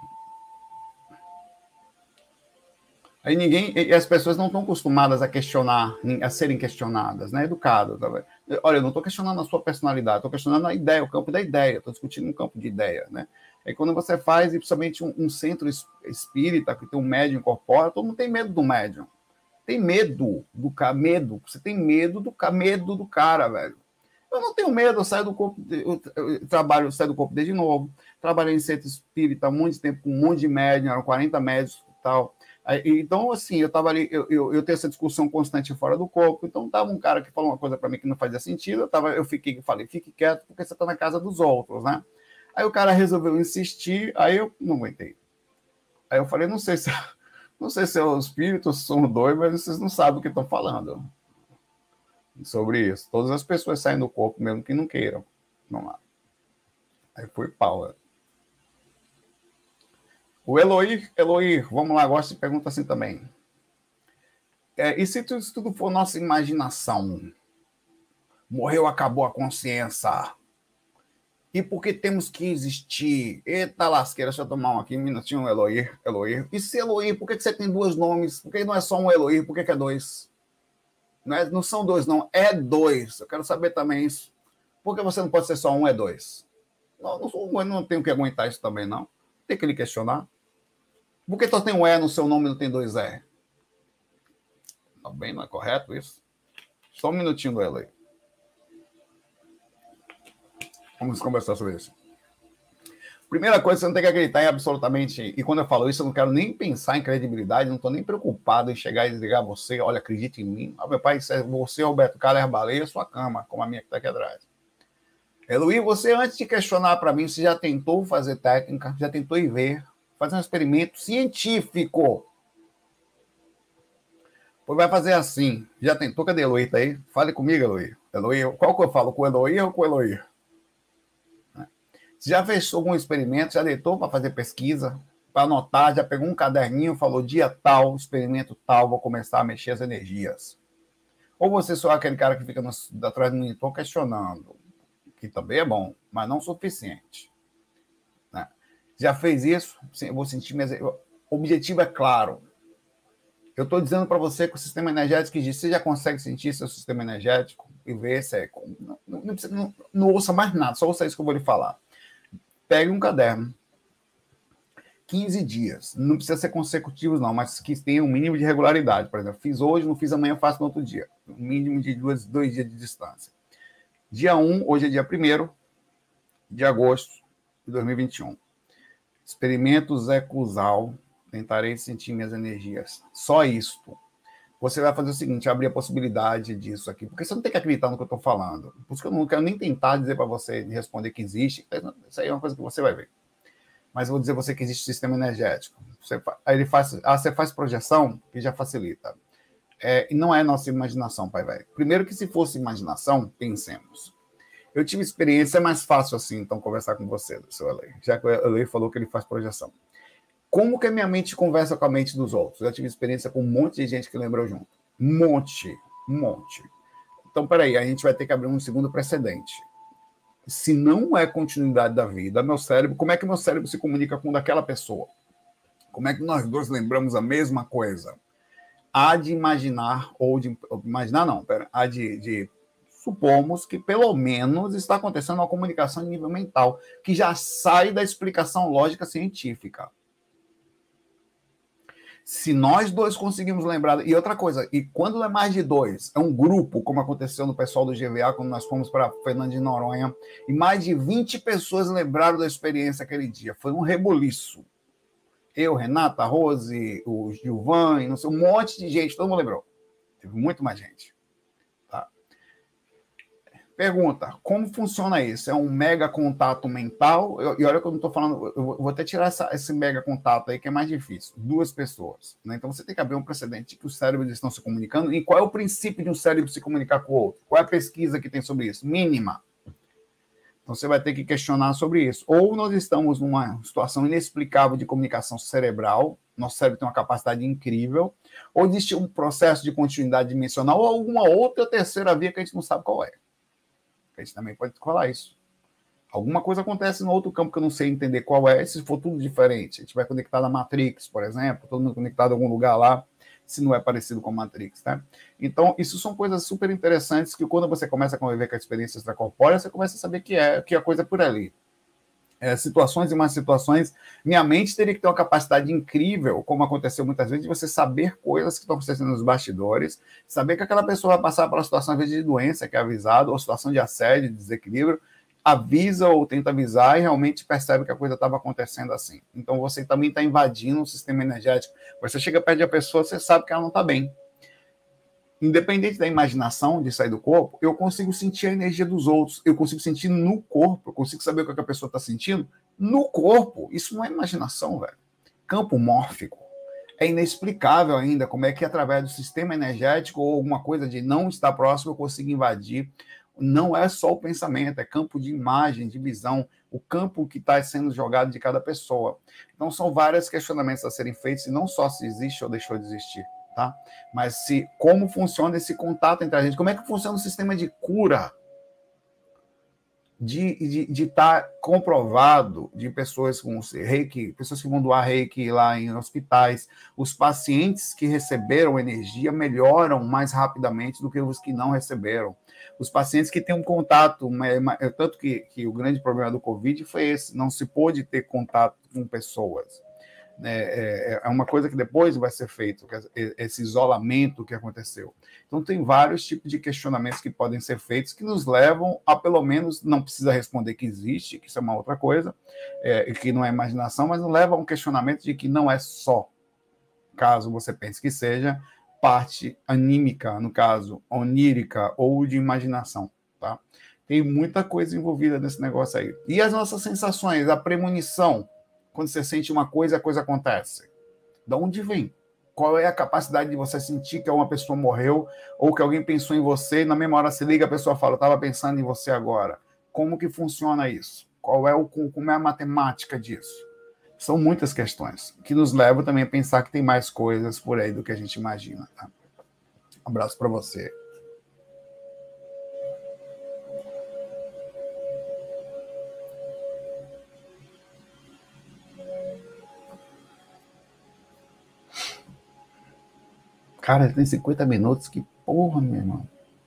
Aí e as pessoas não estão acostumadas a questionar, a serem questionadas, né? Educadas. Tá? Olha, eu não estou questionando a sua personalidade, estou questionando a ideia, o campo da ideia, estou discutindo um campo de ideia, né? Aí quando você faz, e principalmente um centro espírita, que tem um médium incorpóreo, todo mundo tem medo do médium. Tem medo do cara, medo. Você tem medo do cara, velho. Eu não tenho medo, eu saio do corpo, eu saio do corpo desde novo. Trabalhei em centro espírita há muito tempo, com um monte de médium, eram 40 médios e tal. Então, assim, eu estava ali, eu tenho essa discussão constante fora do corpo. Então, estava um cara que falou uma coisa para mim que não fazia sentido. Falei, fique quieto, porque você está na casa dos outros, né? Aí o cara resolveu insistir, aí eu não aguentei. Aí eu falei, não sei se os espíritos são dois, mas vocês não sabem o que estão falando sobre isso. Todas as pessoas saem do corpo, mesmo que não queiram. Vamos lá. Aí foi pau. O Eloir, vamos lá, gosto de pergunta assim também. E se tudo for nossa imaginação? Morreu, acabou a consciência. E por que temos que existir? Eita lasqueira, deixa eu tomar um aqui, um minutinho, Eloir. E se Eloir, por que você tem dois nomes? Por que não é só um Eloir? Por que é dois? Não são dois, não, é dois. Eu quero saber também isso. Por que você não pode ser só um, é dois? Não tenho que aguentar isso também, não. Tem que lhe questionar. Por que só tem um E no seu nome e não tem dois E? Tá bem, não é correto isso? Só um minutinho do Eloir. Vamos conversar sobre isso. Primeira coisa, você não tem que acreditar em absolutamente... E quando eu falo isso, eu não quero nem pensar em credibilidade, não estou nem preocupado em chegar e ligar você, olha, acredite em mim. Meu pai, você, Roberto Carlos Baleia, sua cama, como a minha que está aqui atrás. Eloy, você, antes de questionar para mim, você já tentou fazer técnica, já tentou ir ver, fazer um experimento científico. Pois vai fazer assim. Já tentou? Cadê Eloy? Tá aí? Fale comigo, Eloy. Qual que eu falo? Com o Eloy ou com o Eloy? Já fez algum experimento, já deitou para fazer pesquisa, para anotar, já pegou um caderninho, falou dia tal, experimento tal, vou começar a mexer as energias. Ou você só é aquele cara que fica atrás do monitor questionando, que também é bom, mas não o suficiente. Né? Já fez isso? Eu vou sentir o objetivo é claro. Eu estou dizendo para você que o sistema energético existe. Você já consegue sentir seu sistema energético e ver se é... Não ouça mais nada, só ouça isso que eu vou lhe falar. Pegue um caderno, 15 dias, não precisa ser consecutivos não, mas que tenha um mínimo de regularidade. Por exemplo, fiz hoje, não fiz amanhã, faço no outro dia. Um mínimo de dois dias de distância. Dia 1, hoje é dia 1º de agosto de 2021. Experimento Zé Cusal, tentarei sentir minhas energias. Só isto. Você vai fazer o seguinte, abrir a possibilidade disso aqui, porque você não tem que acreditar no que eu estou falando. Por isso que eu não quero nem tentar dizer para você, responder que existe. Isso aí é uma coisa que você vai ver. Mas eu vou dizer a você que existe sistema energético. Aí ele faz, você faz projeção, que já facilita. E não é nossa imaginação, pai velho. Primeiro que se fosse imaginação, pensemos. Eu tive experiência, é mais fácil assim, então, conversar com você, seu Elei. Já que o Elei falou que ele faz projeção. Como que a minha mente conversa com a mente dos outros? Eu já tive experiência com um monte de gente que lembrou junto. Um monte. Então, peraí, a gente vai ter que abrir um segundo precedente. Se não é continuidade da vida, meu cérebro, como é que meu cérebro se comunica com o daquela pessoa? Como é que nós dois lembramos a mesma coisa? Há de imaginar, há de supomos que pelo menos está acontecendo uma comunicação em nível mental, que já sai da explicação lógica científica. Se nós dois conseguimos lembrar... E outra coisa, e quando é mais de dois, é um grupo, como aconteceu no pessoal do GVA, quando nós fomos para Fernando de Noronha, e mais de 20 pessoas lembraram da experiência aquele dia. Foi um rebuliço. Eu, Renata, Rose, o Gilvan, não sei, um monte de gente, todo mundo lembrou. Teve muito mais gente. Tá? Pergunta, como funciona isso? É um mega contato mental? E olha que eu não estou falando, eu vou até tirar esse mega contato aí, que é mais difícil. 2 pessoas. Né? Então você tem que abrir um precedente que os cérebros estão se comunicando. E qual é o princípio de um cérebro se comunicar com o outro? Qual é a pesquisa que tem sobre isso? Mínima. Então você vai ter que questionar sobre isso. Ou nós estamos numa situação inexplicável de comunicação cerebral, nosso cérebro tem uma capacidade incrível, ou existe um processo de continuidade dimensional, ou alguma outra terceira via que a gente não sabe qual é. A gente também pode falar isso. Alguma coisa acontece no outro campo que eu não sei entender qual é, se for tudo diferente. A gente vai conectar na Matrix, por exemplo, todo mundo conectado em algum lugar lá, se não é parecido com a Matrix, tá? Então, isso são coisas super interessantes que quando você começa a conviver com a experiência extracorpórea, você começa a saber que a coisa é por ali. Situações e mais situações, minha mente teria que ter uma capacidade incrível, como aconteceu muitas vezes, de você saber coisas que estão acontecendo nos bastidores, saber que aquela pessoa vai passar pela situação, às vezes, de doença, que é avisado, ou situação de assédio, de desequilíbrio, avisa ou tenta avisar e realmente percebe que a coisa estava acontecendo assim. Então, você também está invadindo o sistema energético. Você chega perto da pessoa, você sabe que ela não está bem. Independente da imaginação de sair do corpo, eu consigo sentir a energia dos outros, eu consigo sentir no corpo, eu consigo saber o que a pessoa está sentindo no corpo. Isso não é imaginação, velho. Campo mórfico. É inexplicável ainda como é que, através do sistema energético ou alguma coisa de não estar próximo, eu consigo invadir. Não é só o pensamento, é campo de imagem, de visão, o campo que está sendo jogado de cada pessoa. Então, são vários questionamentos a serem feitos, e não só se existe ou deixou de existir. Tá? Mas como funciona esse contato entre a gente, como é que funciona o sistema de cura de estar comprovado de pessoas com reiki, pessoas que vão doar reiki lá em hospitais, os pacientes que receberam energia melhoram mais rapidamente do que os que não receberam. Os pacientes que têm um contato, tanto que o grande problema do Covid foi esse, não se pôde ter contato com pessoas. É uma coisa que depois vai ser feito, esse isolamento que aconteceu. Então, tem vários tipos de questionamentos que podem ser feitos que nos levam a, pelo menos, não precisa responder que existe, que isso é uma outra coisa, que não é imaginação, mas nos leva a um questionamento de que não é só, caso você pense que seja, parte anímica, no caso, onírica ou de imaginação, tá? Tem muita coisa envolvida nesse negócio aí. E as nossas sensações, a premonição, quando você sente uma coisa, a coisa acontece. De onde vem? Qual é a capacidade de você sentir que uma pessoa morreu ou que alguém pensou em você e na mesma hora se liga, a pessoa fala, eu estava pensando em você agora. Como que funciona isso? Como é a matemática disso? São muitas questões que nos levam também a pensar que tem mais coisas por aí do que a gente imagina. Tá? Um abraço para você. Cara, tem 50 minutos, que porra, meu irmão.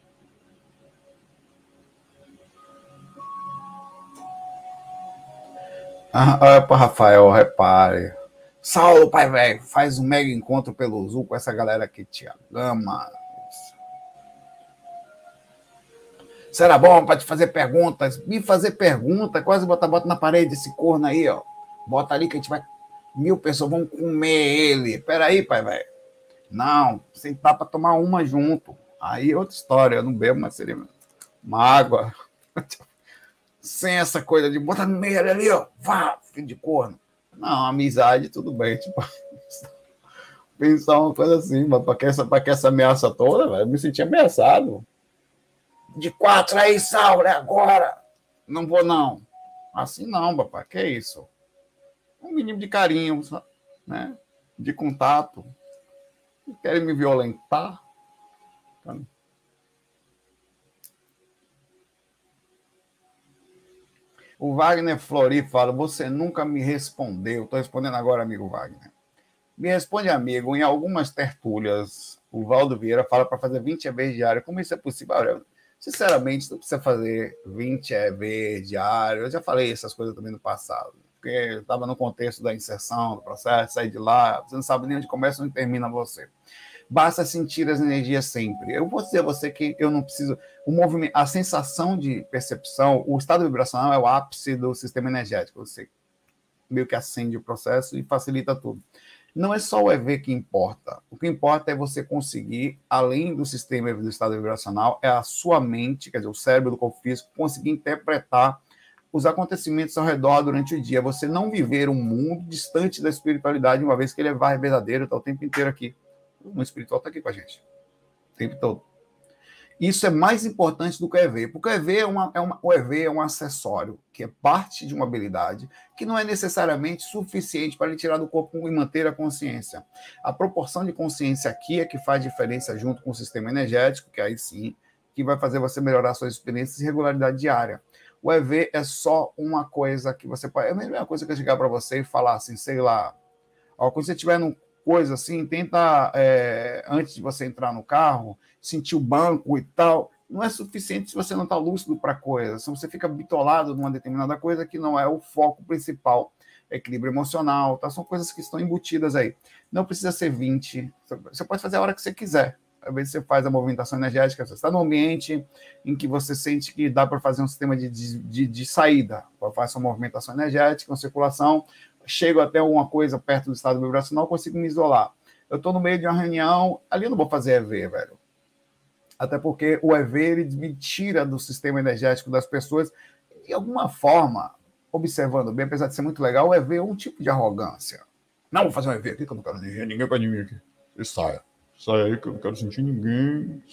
Olha para Rafael, repare. Saulo, pai velho, faz um mega encontro pelo Zoom com essa galera que te ama. Será bom para te fazer perguntas? Me fazer pergunta, quase bota na parede esse corno aí, ó. Bota ali que a gente vai... 1000 pessoas vão comer ele. Peraí, pai velho. Não, sentar para tomar uma junto. Aí é outra história, eu não bebo, mas seria uma água. Sem essa coisa de botar no meio ali, ó. Vá, filho de corno. Não, amizade, tudo bem. Tipo, pensar uma coisa assim, mas para que essa ameaça toda, velho, eu me senti ameaçado. De 4 aí, Saulo, é agora. Não vou, não. Assim não, papai, que é isso? Um mínimo de carinho, né? De contato. Querem me violentar? O Wagner Flori fala, você nunca me respondeu. Estou respondendo agora, amigo Wagner. Me responde, amigo, em algumas tertúlias, o Valdo Vieira fala para fazer 20 EVs diários. Como isso é possível? Olha, sinceramente, não precisa fazer 20 EVs diários. Eu já falei essas coisas também no passado. Porque eu estava no contexto da inserção, do processo, sair de lá, você não sabe nem onde começa e onde termina você. Basta sentir as energias sempre. Eu vou dizer a você que eu não preciso... O movimento, a sensação de percepção, o estado vibracional é o ápice do sistema energético. Você meio que acende o processo e facilita tudo. Não é só o EV que importa. O que importa é você conseguir, além do sistema do estado vibracional, é a sua mente, quer dizer, o cérebro do corpo físico, conseguir interpretar os acontecimentos ao redor durante o dia. Você não viver um mundo distante da espiritualidade, uma vez que ele é verdadeiro, está o tempo inteiro aqui. O espiritual está aqui com a gente. O tempo todo. Isso é mais importante do que o EV, porque o EV é um acessório, que é parte de uma habilidade, que não é necessariamente suficiente para ele tirar do corpo e manter a consciência. A proporção de consciência aqui é que faz diferença junto com o sistema energético, que aí sim, que vai fazer você melhorar suas experiências e regularidade diária. O EV é só uma coisa que você pode... É a mesma coisa que eu chegar para você e falar assim, sei lá, ó, quando você estiver num coisa assim, tenta, antes de você entrar no carro, sentir o banco e tal, não é suficiente se você não está lúcido para a coisa, se você fica bitolado numa determinada coisa que não é o foco principal, equilíbrio emocional, tá? São coisas que estão embutidas aí. Não precisa ser 20, você pode fazer a hora que você quiser. Às vezes você faz a movimentação energética, você está num ambiente em que você sente que dá para fazer um sistema de saída, faz uma movimentação energética, uma circulação, chego até alguma coisa perto do estado vibracional, consigo me isolar. Eu estou no meio de uma reunião, ali eu não vou fazer EV, velho. Até porque o EV ele me tira do sistema energético das pessoas, de alguma forma, observando bem, apesar de ser muito legal, o EV é um tipo de arrogância. Não, vou fazer um EV aqui que eu não quero ninguém para mim aqui. E saia. Sai aí que eu não quero sentir ninguém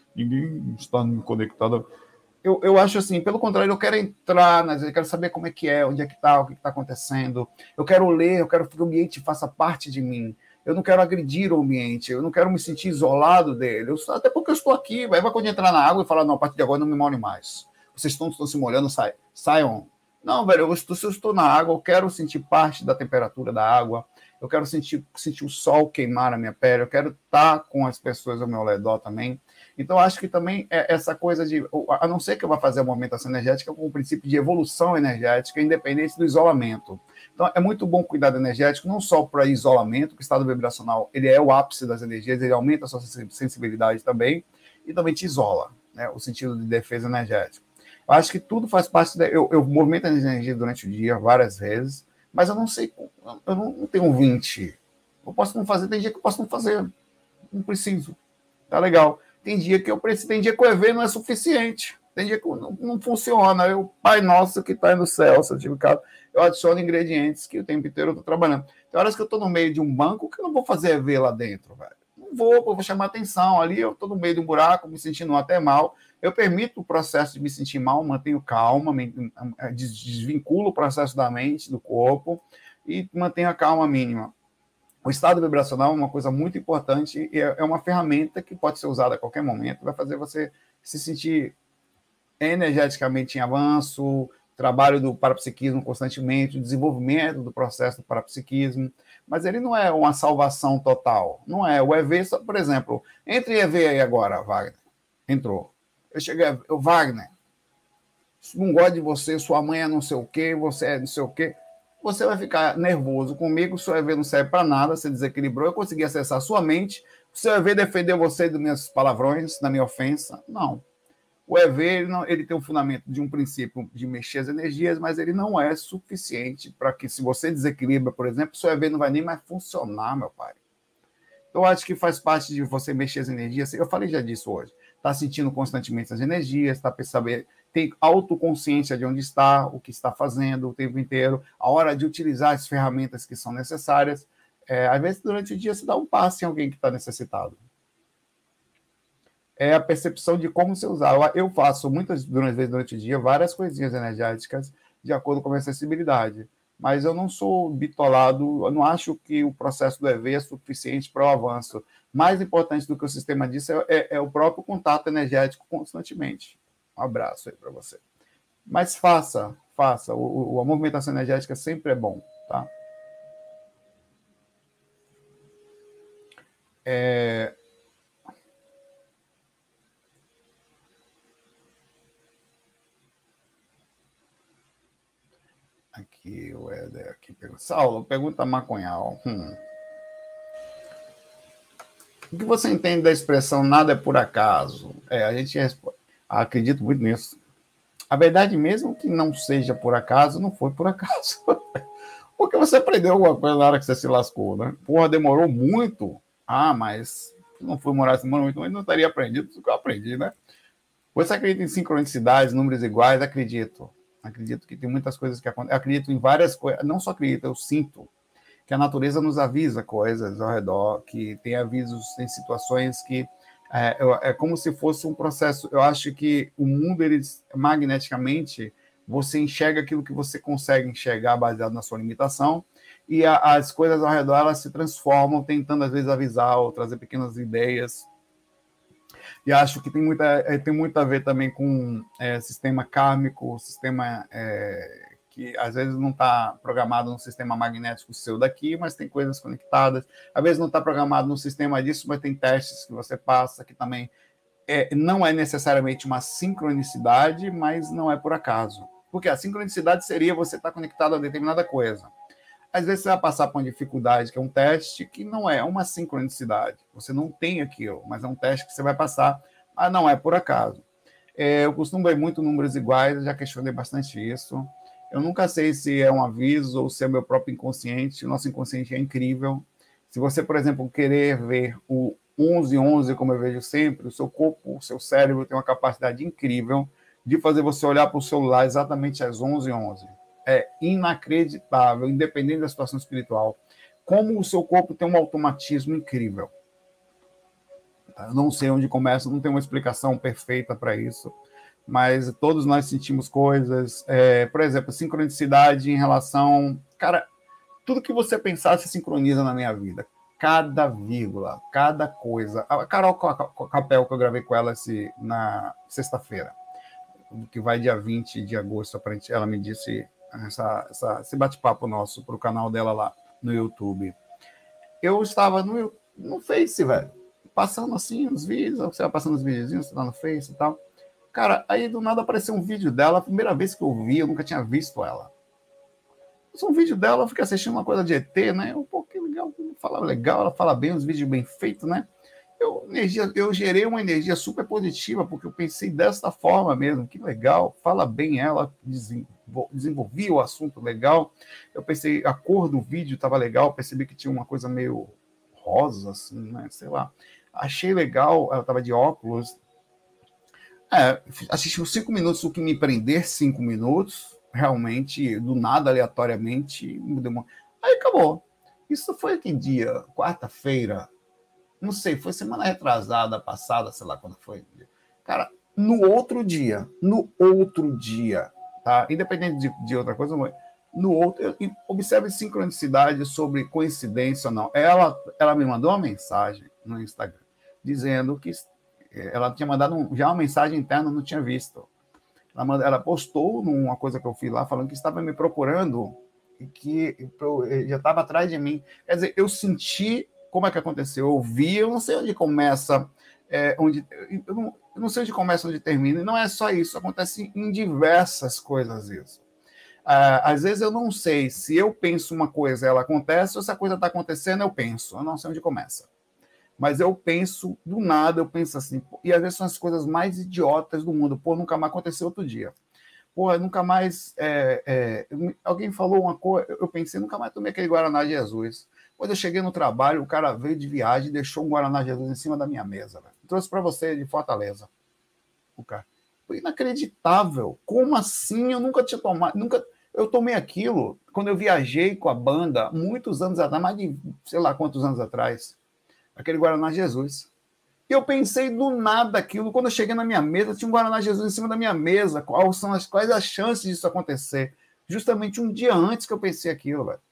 está conectado. Eu acho assim, pelo contrário, eu quero entrar, eu quero saber como é que é, onde é que está, o que está acontecendo. Eu quero ler, eu quero que o ambiente faça parte de mim. Eu não quero agredir o ambiente, eu não quero me sentir isolado dele. Até porque eu estou aqui, vai quando entrar na água e falar, não, a partir de agora não me molhe mais. Vocês estão se molhando, saiam. Não, velho, se eu estou na água, eu quero sentir parte da temperatura da água, eu quero sentir o sol queimar a minha pele, eu quero estar com as pessoas ao meu redor também. Então, acho que também é essa coisa de, a não ser que eu vá fazer a movimentação energética com o princípio de evolução energética, independente do isolamento. Então, é muito bom cuidar do energético, não só para isolamento, que o estado vibracional ele é o ápice das energias, ele aumenta a sua sensibilidade também, e também te isola, né, o sentido de defesa energética. Eu acho que tudo faz parte, eu movimento a energia durante o dia, várias vezes, mas eu não sei, eu não tenho 20. Eu posso não fazer, tem dia que eu posso não fazer, não preciso, tá legal. Tem dia que eu preciso, tem dia que o EV não é suficiente, tem dia que não funciona. Eu, Pai Nosso que está aí no céu, certificado, eu adiciono ingredientes que o tempo inteiro eu estou trabalhando. Tem horas que eu estou no meio de um banco que eu não vou fazer EV lá dentro, velho. Não vou chamar atenção. Ali eu estou no meio de um buraco, me sentindo até mal. Eu permito o processo de me sentir mal, mantenho calma, desvinculo o processo da mente, do corpo, e mantenho a calma mínima. O estado vibracional é uma coisa muito importante e é uma ferramenta que pode ser usada a qualquer momento, vai fazer você se sentir energeticamente em avanço, trabalho do parapsiquismo constantemente, o desenvolvimento do processo do parapsiquismo, mas ele não é uma salvação total, não é. O EV, por exemplo, entre EV aí agora, Wagner, entrou. Eu cheguei, Wagner, não gosto de você, sua mãe é não sei o quê, você é não sei o quê. Você vai ficar nervoso comigo, o seu EV não serve para nada, você desequilibrou, eu consegui acessar a sua mente, o seu EV defendeu você dos meus palavrões, da minha ofensa. Não. O EV ele tem um fundamento de um princípio de mexer as energias, mas ele não é suficiente para que, se você desequilibra, por exemplo, o seu EV não vai nem mais funcionar, meu pai. Eu acho que faz parte de você mexer as energias. Eu falei já disso hoje. Está sentindo constantemente as energias, está percebendo, tem autoconsciência de onde está, o que está fazendo o tempo inteiro, a hora de utilizar as ferramentas que são necessárias. Às vezes, durante o dia, você dá um passe em alguém que está necessitado. É a percepção de como você usar. Eu faço muitas vezes durante o dia várias coisinhas energéticas de acordo com a minha sensibilidade, mas eu não sou bitolado, eu não acho que o processo do EV é suficiente para o avanço. Mais importante do que o sistema disso é o próprio contato energético constantemente. Um abraço aí para você. Mas faça. A movimentação energética sempre é bom, tá? Aqui, o Éder aqui pergunta. Saulo, pergunta maconhal. O que você entende da expressão nada é por acaso? A gente responde. Acredito muito nisso. A verdade, mesmo que não seja por acaso, não foi por acaso. Porque você aprendeu alguma coisa na hora que você se lascou, né? Porra, demorou muito. Mas se não for morar muito, eu não teria aprendido tudo que eu aprendi, né? Você acredita em sincronicidades, números iguais? Acredito. Acredito que tem muitas coisas que acontecem. Acredito em várias coisas. Não só acredito, eu sinto que a natureza nos avisa coisas ao redor, que tem avisos, tem situações que é como se fosse um processo. Eu acho que o mundo, magneticamente, você enxerga aquilo que você consegue enxergar baseado na sua limitação, e as coisas ao redor elas se transformam, tentando às vezes avisar ou trazer pequenas ideias. E acho que tem muito a ver também com sistema kármico, sistema que às vezes não está programado no sistema magnético seu daqui, mas tem coisas conectadas. Às vezes não está programado no sistema disso, mas tem testes que você passa, que também não é necessariamente uma sincronicidade, mas não é por acaso. Porque a sincronicidade seria você estar conectado a determinada coisa. Às vezes você vai passar por uma dificuldade, que é um teste, que não é uma sincronicidade. Você não tem aquilo, mas é um teste que você vai passar, mas não é por acaso. Eu costumo ver muito números iguais, eu já questionei bastante isso. Eu nunca sei se é um aviso ou se é meu próprio inconsciente. O nosso inconsciente é incrível. Se você, por exemplo, querer ver o 1111, como eu vejo sempre, o seu corpo, o seu cérebro tem uma capacidade incrível de fazer você olhar para o celular exatamente às 11h11. É inacreditável, independente da situação espiritual, como o seu corpo tem um automatismo incrível. Eu não sei onde começa, não tem uma explicação perfeita para isso, mas todos nós sentimos coisas. Por exemplo, sincronicidade em relação... Cara, tudo que você pensar se sincroniza na minha vida. Cada vírgula, cada coisa. A Carol Capel, que eu gravei com ela na sexta-feira, que vai dia 20 de agosto, ela me disse esse bate-papo nosso para o canal dela lá no YouTube. Eu estava no Face, velho, passando assim os vídeos, você vai passando os videozinhos lá no Face e tal. Cara, aí do nada apareceu um vídeo dela, a primeira vez que eu vi, eu nunca tinha visto ela. Um vídeo dela, eu fiquei assistindo uma coisa de ET, né? Pô, que legal, fala legal, ela fala bem, os vídeos bem feitos, né? Eu gerei uma energia super positiva, porque eu pensei desta forma mesmo, que legal, fala bem ela, desenvolvi o assunto legal. Eu pensei, a cor do vídeo estava legal, percebi que tinha uma coisa meio rosa, assim, né? Sei lá. Achei legal, ela estava de óculos. Assisti uns 5 minutos, o que me prender 5 minutos, realmente, do nada, aleatoriamente, aí acabou. Isso foi que dia? Quarta-feira? Não sei, foi semana retrasada, passada, sei lá quando foi. Cara, no outro dia, tá? Independente de outra coisa, no outro, observe sincronicidade sobre coincidência ou não. Ela me mandou uma mensagem no Instagram, dizendo que ela tinha mandado já uma mensagem interna, não tinha visto. Ela postou numa coisa que eu fiz lá, falando que estava me procurando e que já estava atrás de mim. Quer dizer, eu senti como é que aconteceu, eu vi, eu não sei onde começa, eu não sei onde começa, onde termina, e não é só isso, acontece em diversas coisas isso. Às vezes eu não sei se eu penso uma coisa, ela acontece, ou se a coisa está acontecendo, eu penso, eu não sei onde começa. Mas eu penso, do nada, eu penso assim, e às vezes são as coisas mais idiotas do mundo, pô, nunca mais aconteceu outro dia. Pô, nunca mais, alguém falou uma coisa, eu pensei, nunca mais tomei aquele Guaraná Jesus. Quando eu cheguei no trabalho, o cara veio de viagem e deixou um Guaraná Jesus em cima da minha mesa. Véio. Trouxe para você de Fortaleza. O cara. Foi inacreditável. Como assim? Eu nunca tinha tomado, eu tomei aquilo quando eu viajei com a banda, muitos anos atrás, mais de sei lá quantos anos atrás. Aquele Guaraná Jesus. E eu pensei do nada aquilo. Quando eu cheguei na minha mesa, tinha um Guaraná Jesus em cima da minha mesa. Quais as chances disso acontecer? Justamente um dia antes que eu pensei aquilo, velho.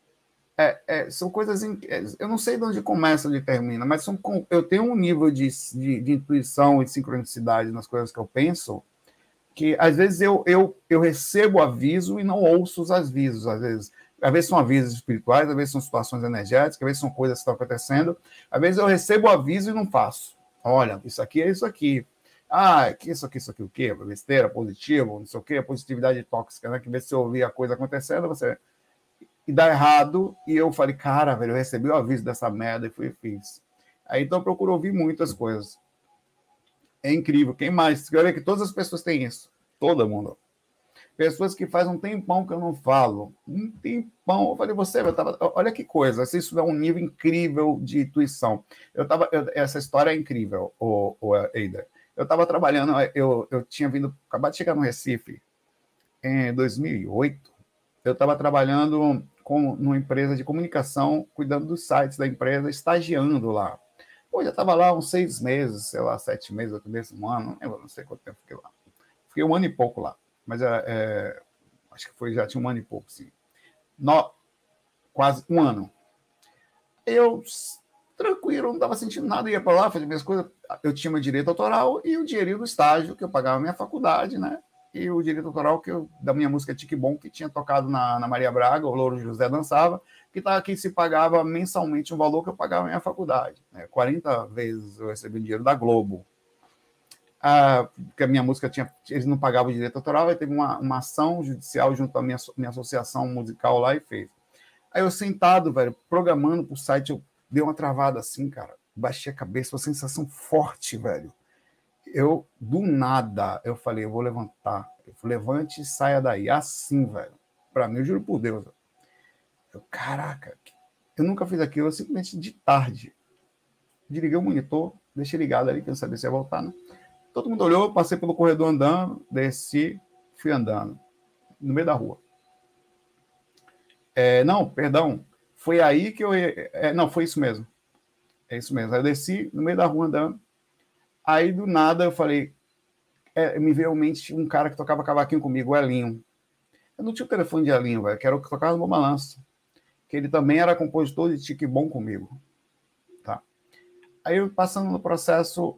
São coisas... Eu não sei de onde começa, onde termina, mas eu tenho um nível de intuição e de sincronicidade nas coisas que eu penso, que às vezes eu recebo aviso e não ouço os avisos, às vezes são avisos espirituais, às vezes são situações energéticas, às vezes são coisas que estão acontecendo, às vezes eu recebo o aviso e não faço. Olha, isso aqui é isso aqui. Isso aqui o quê? Besteira, positivo, não sei o quê, positividade tóxica, né? Que vê se eu ouvir a coisa acontecendo, e dá errado, e eu falei, cara, velho, eu recebi o aviso dessa merda e fui e fiz. Aí então eu procuro ouvir muitas coisas. É incrível. Quem mais? Você vê que todas as pessoas têm isso. Todo mundo. Pessoas que faz um tempão que eu não falo. Um tempão. Eu falei, olha que coisa. Isso é um nível incrível de intuição. Essa história é incrível, Eider. Eu estava trabalhando, eu tinha acabado de chegar no Recife em 2008. Eu estava trabalhando numa empresa de comunicação, cuidando dos sites da empresa, estagiando lá. Pô, já estava lá uns 6 meses, sei lá, 7 meses, 8 meses, um ano, não sei quanto tempo fiquei lá. Fiquei 1 ano e pouco lá, mas acho que já tinha 1 ano e pouco, sim. Quase 1 ano. Eu, tranquilo, não estava sentindo nada, ia para lá, fazia minhas coisas. Eu tinha meu direito autoral e o dinheirinho do estágio, que eu pagava a minha faculdade, né? E o direito autoral da minha música Tique Bom, que tinha tocado na Maria Braga, o Louro José dançava, que se pagava mensalmente um valor que eu pagava a minha faculdade. 40 vezes eu recebi o dinheiro da Globo. Porque a minha música eles não pagavam o direito autoral, aí teve uma ação judicial junto à minha associação musical lá e fez. Aí eu sentado, velho, programando pro site, eu dei uma travada assim, cara, baixei a cabeça, uma sensação forte, velho. Do nada, eu falei, eu vou levantar. Eu falei, levante e saia daí. Assim, velho. Pra mim, eu juro por Deus. Caraca, eu nunca fiz aquilo, eu simplesmente de tarde. Desliguei o monitor, deixei ligado ali, que eu não sabia se ia voltar, né? Todo mundo olhou, passei pelo corredor andando, desci, fui andando, no meio da rua. Não, perdão, foi aí que eu... não, foi isso mesmo. É isso mesmo. Aí eu desci, no meio da rua andando. Aí, do nada, eu falei... me veio à mente um cara que tocava cavaquinho comigo, o Elinho. Eu não tinha o telefone de Elinho, velho, que era o que tocava no Bom Balanço. Que ele também era compositor de Tique Bom comigo. Tá? Aí, eu passando no processo,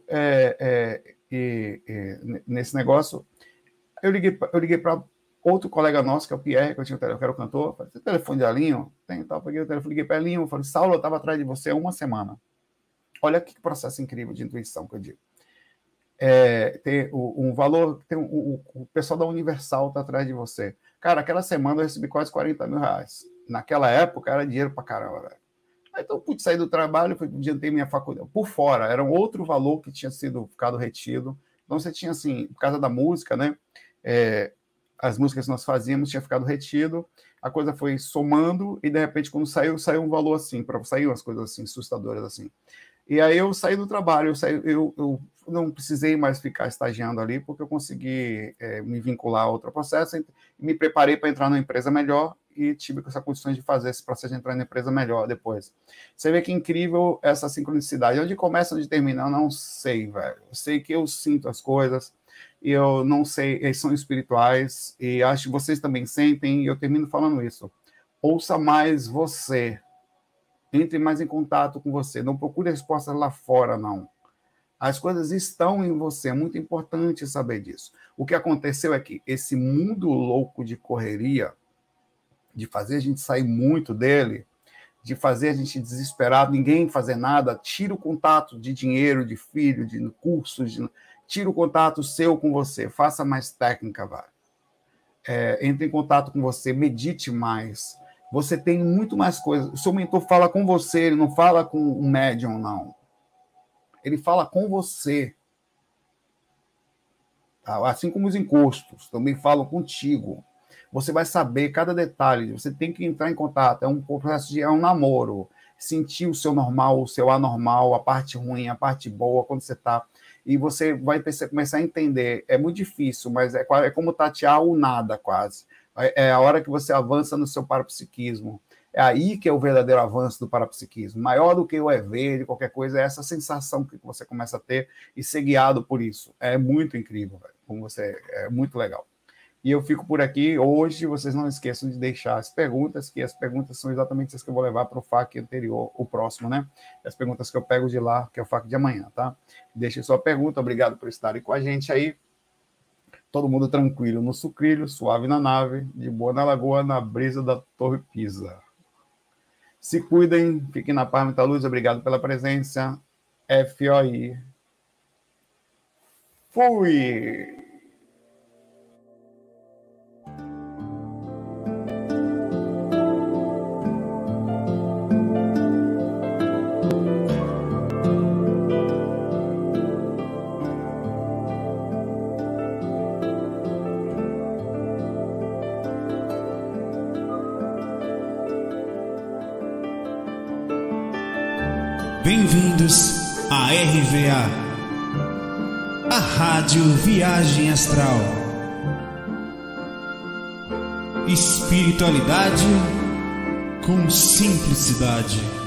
nesse negócio, eu liguei para outro colega nosso, que é o Pierre, que eu tinha o telefone, que era o cantor. Falei, tem telefone de Elinho? Tem, tal. Peguei o telefone, liguei para Elinho. Falei, Saulo, eu estava atrás de você há 1 semana. Olha que processo incrível de intuição que eu digo. Tem um valor, o pessoal da Universal está atrás de você. Cara, aquela semana eu recebi quase 40 mil reais. Naquela época era dinheiro pra caramba, velho. Então eu pude sair do trabalho, adiantei minha faculdade. Por fora, era um outro valor que tinha ficado retido. Então você tinha, assim, por causa da música, né? As músicas que nós fazíamos tinha ficado retido, a coisa foi somando, e de repente, quando saiu um valor assim, saíram umas coisas assim, assustadoras assim. E aí eu saí do trabalho, não precisei mais ficar estagiando ali, porque eu consegui me vincular a outro processo e me preparei para entrar numa empresa melhor e tive essa condições de fazer esse processo de entrar na empresa melhor depois. Você vê que incrível essa sincronicidade. Onde começa, onde termina, eu não sei, velho. Eu sei que eu sinto as coisas, e eu não sei, eles são espirituais, e acho que vocês também sentem, e eu termino falando isso. Ouça mais você. Entre mais em contato com você. Não procure respostas lá fora, não. As coisas estão em você. É muito importante saber disso. O que aconteceu é que esse mundo louco de correria, de fazer a gente sair muito dele, de fazer a gente desesperado, ninguém fazer nada, tira o contato de dinheiro, de filho, de cursos, tira o contato seu com você. Faça mais técnica, vai. Entre em contato com você, medite mais. Você tem muito mais coisas. O seu mentor fala com você, ele não fala com um médium, não. Ele fala com você. Tá? Assim como os encostos, também falam contigo. Você vai saber cada detalhe, você tem que entrar em contato. É um processo de um namoro. Sentir o seu normal, o seu anormal, a parte ruim, a parte boa, quando você está. E você vai começar a entender. É muito difícil, mas é como tatear o nada, quase. É a hora que você avança no seu parapsiquismo. É aí que é o verdadeiro avanço do parapsiquismo. Maior do que o EV, de qualquer coisa, é essa sensação que você começa a ter e ser guiado por isso. É muito incrível, velho. É muito legal. E eu fico por aqui. Hoje, vocês não esqueçam de deixar as perguntas, que as perguntas são exatamente as que eu vou levar para o FAQ anterior, o próximo, né? As perguntas que eu pego de lá, que é o FAQ de amanhã, tá? Deixe sua pergunta. Obrigado por estarem com a gente aí. Todo mundo tranquilo no sucrilho, suave na nave, de boa na lagoa, na brisa da Torre Pisa. Se cuidem, fiquem na paz, muita luz. Obrigado pela presença. FOI. Fui! Bem-vindos à RVA, a Rádio Viagem Astral. Espiritualidade com simplicidade.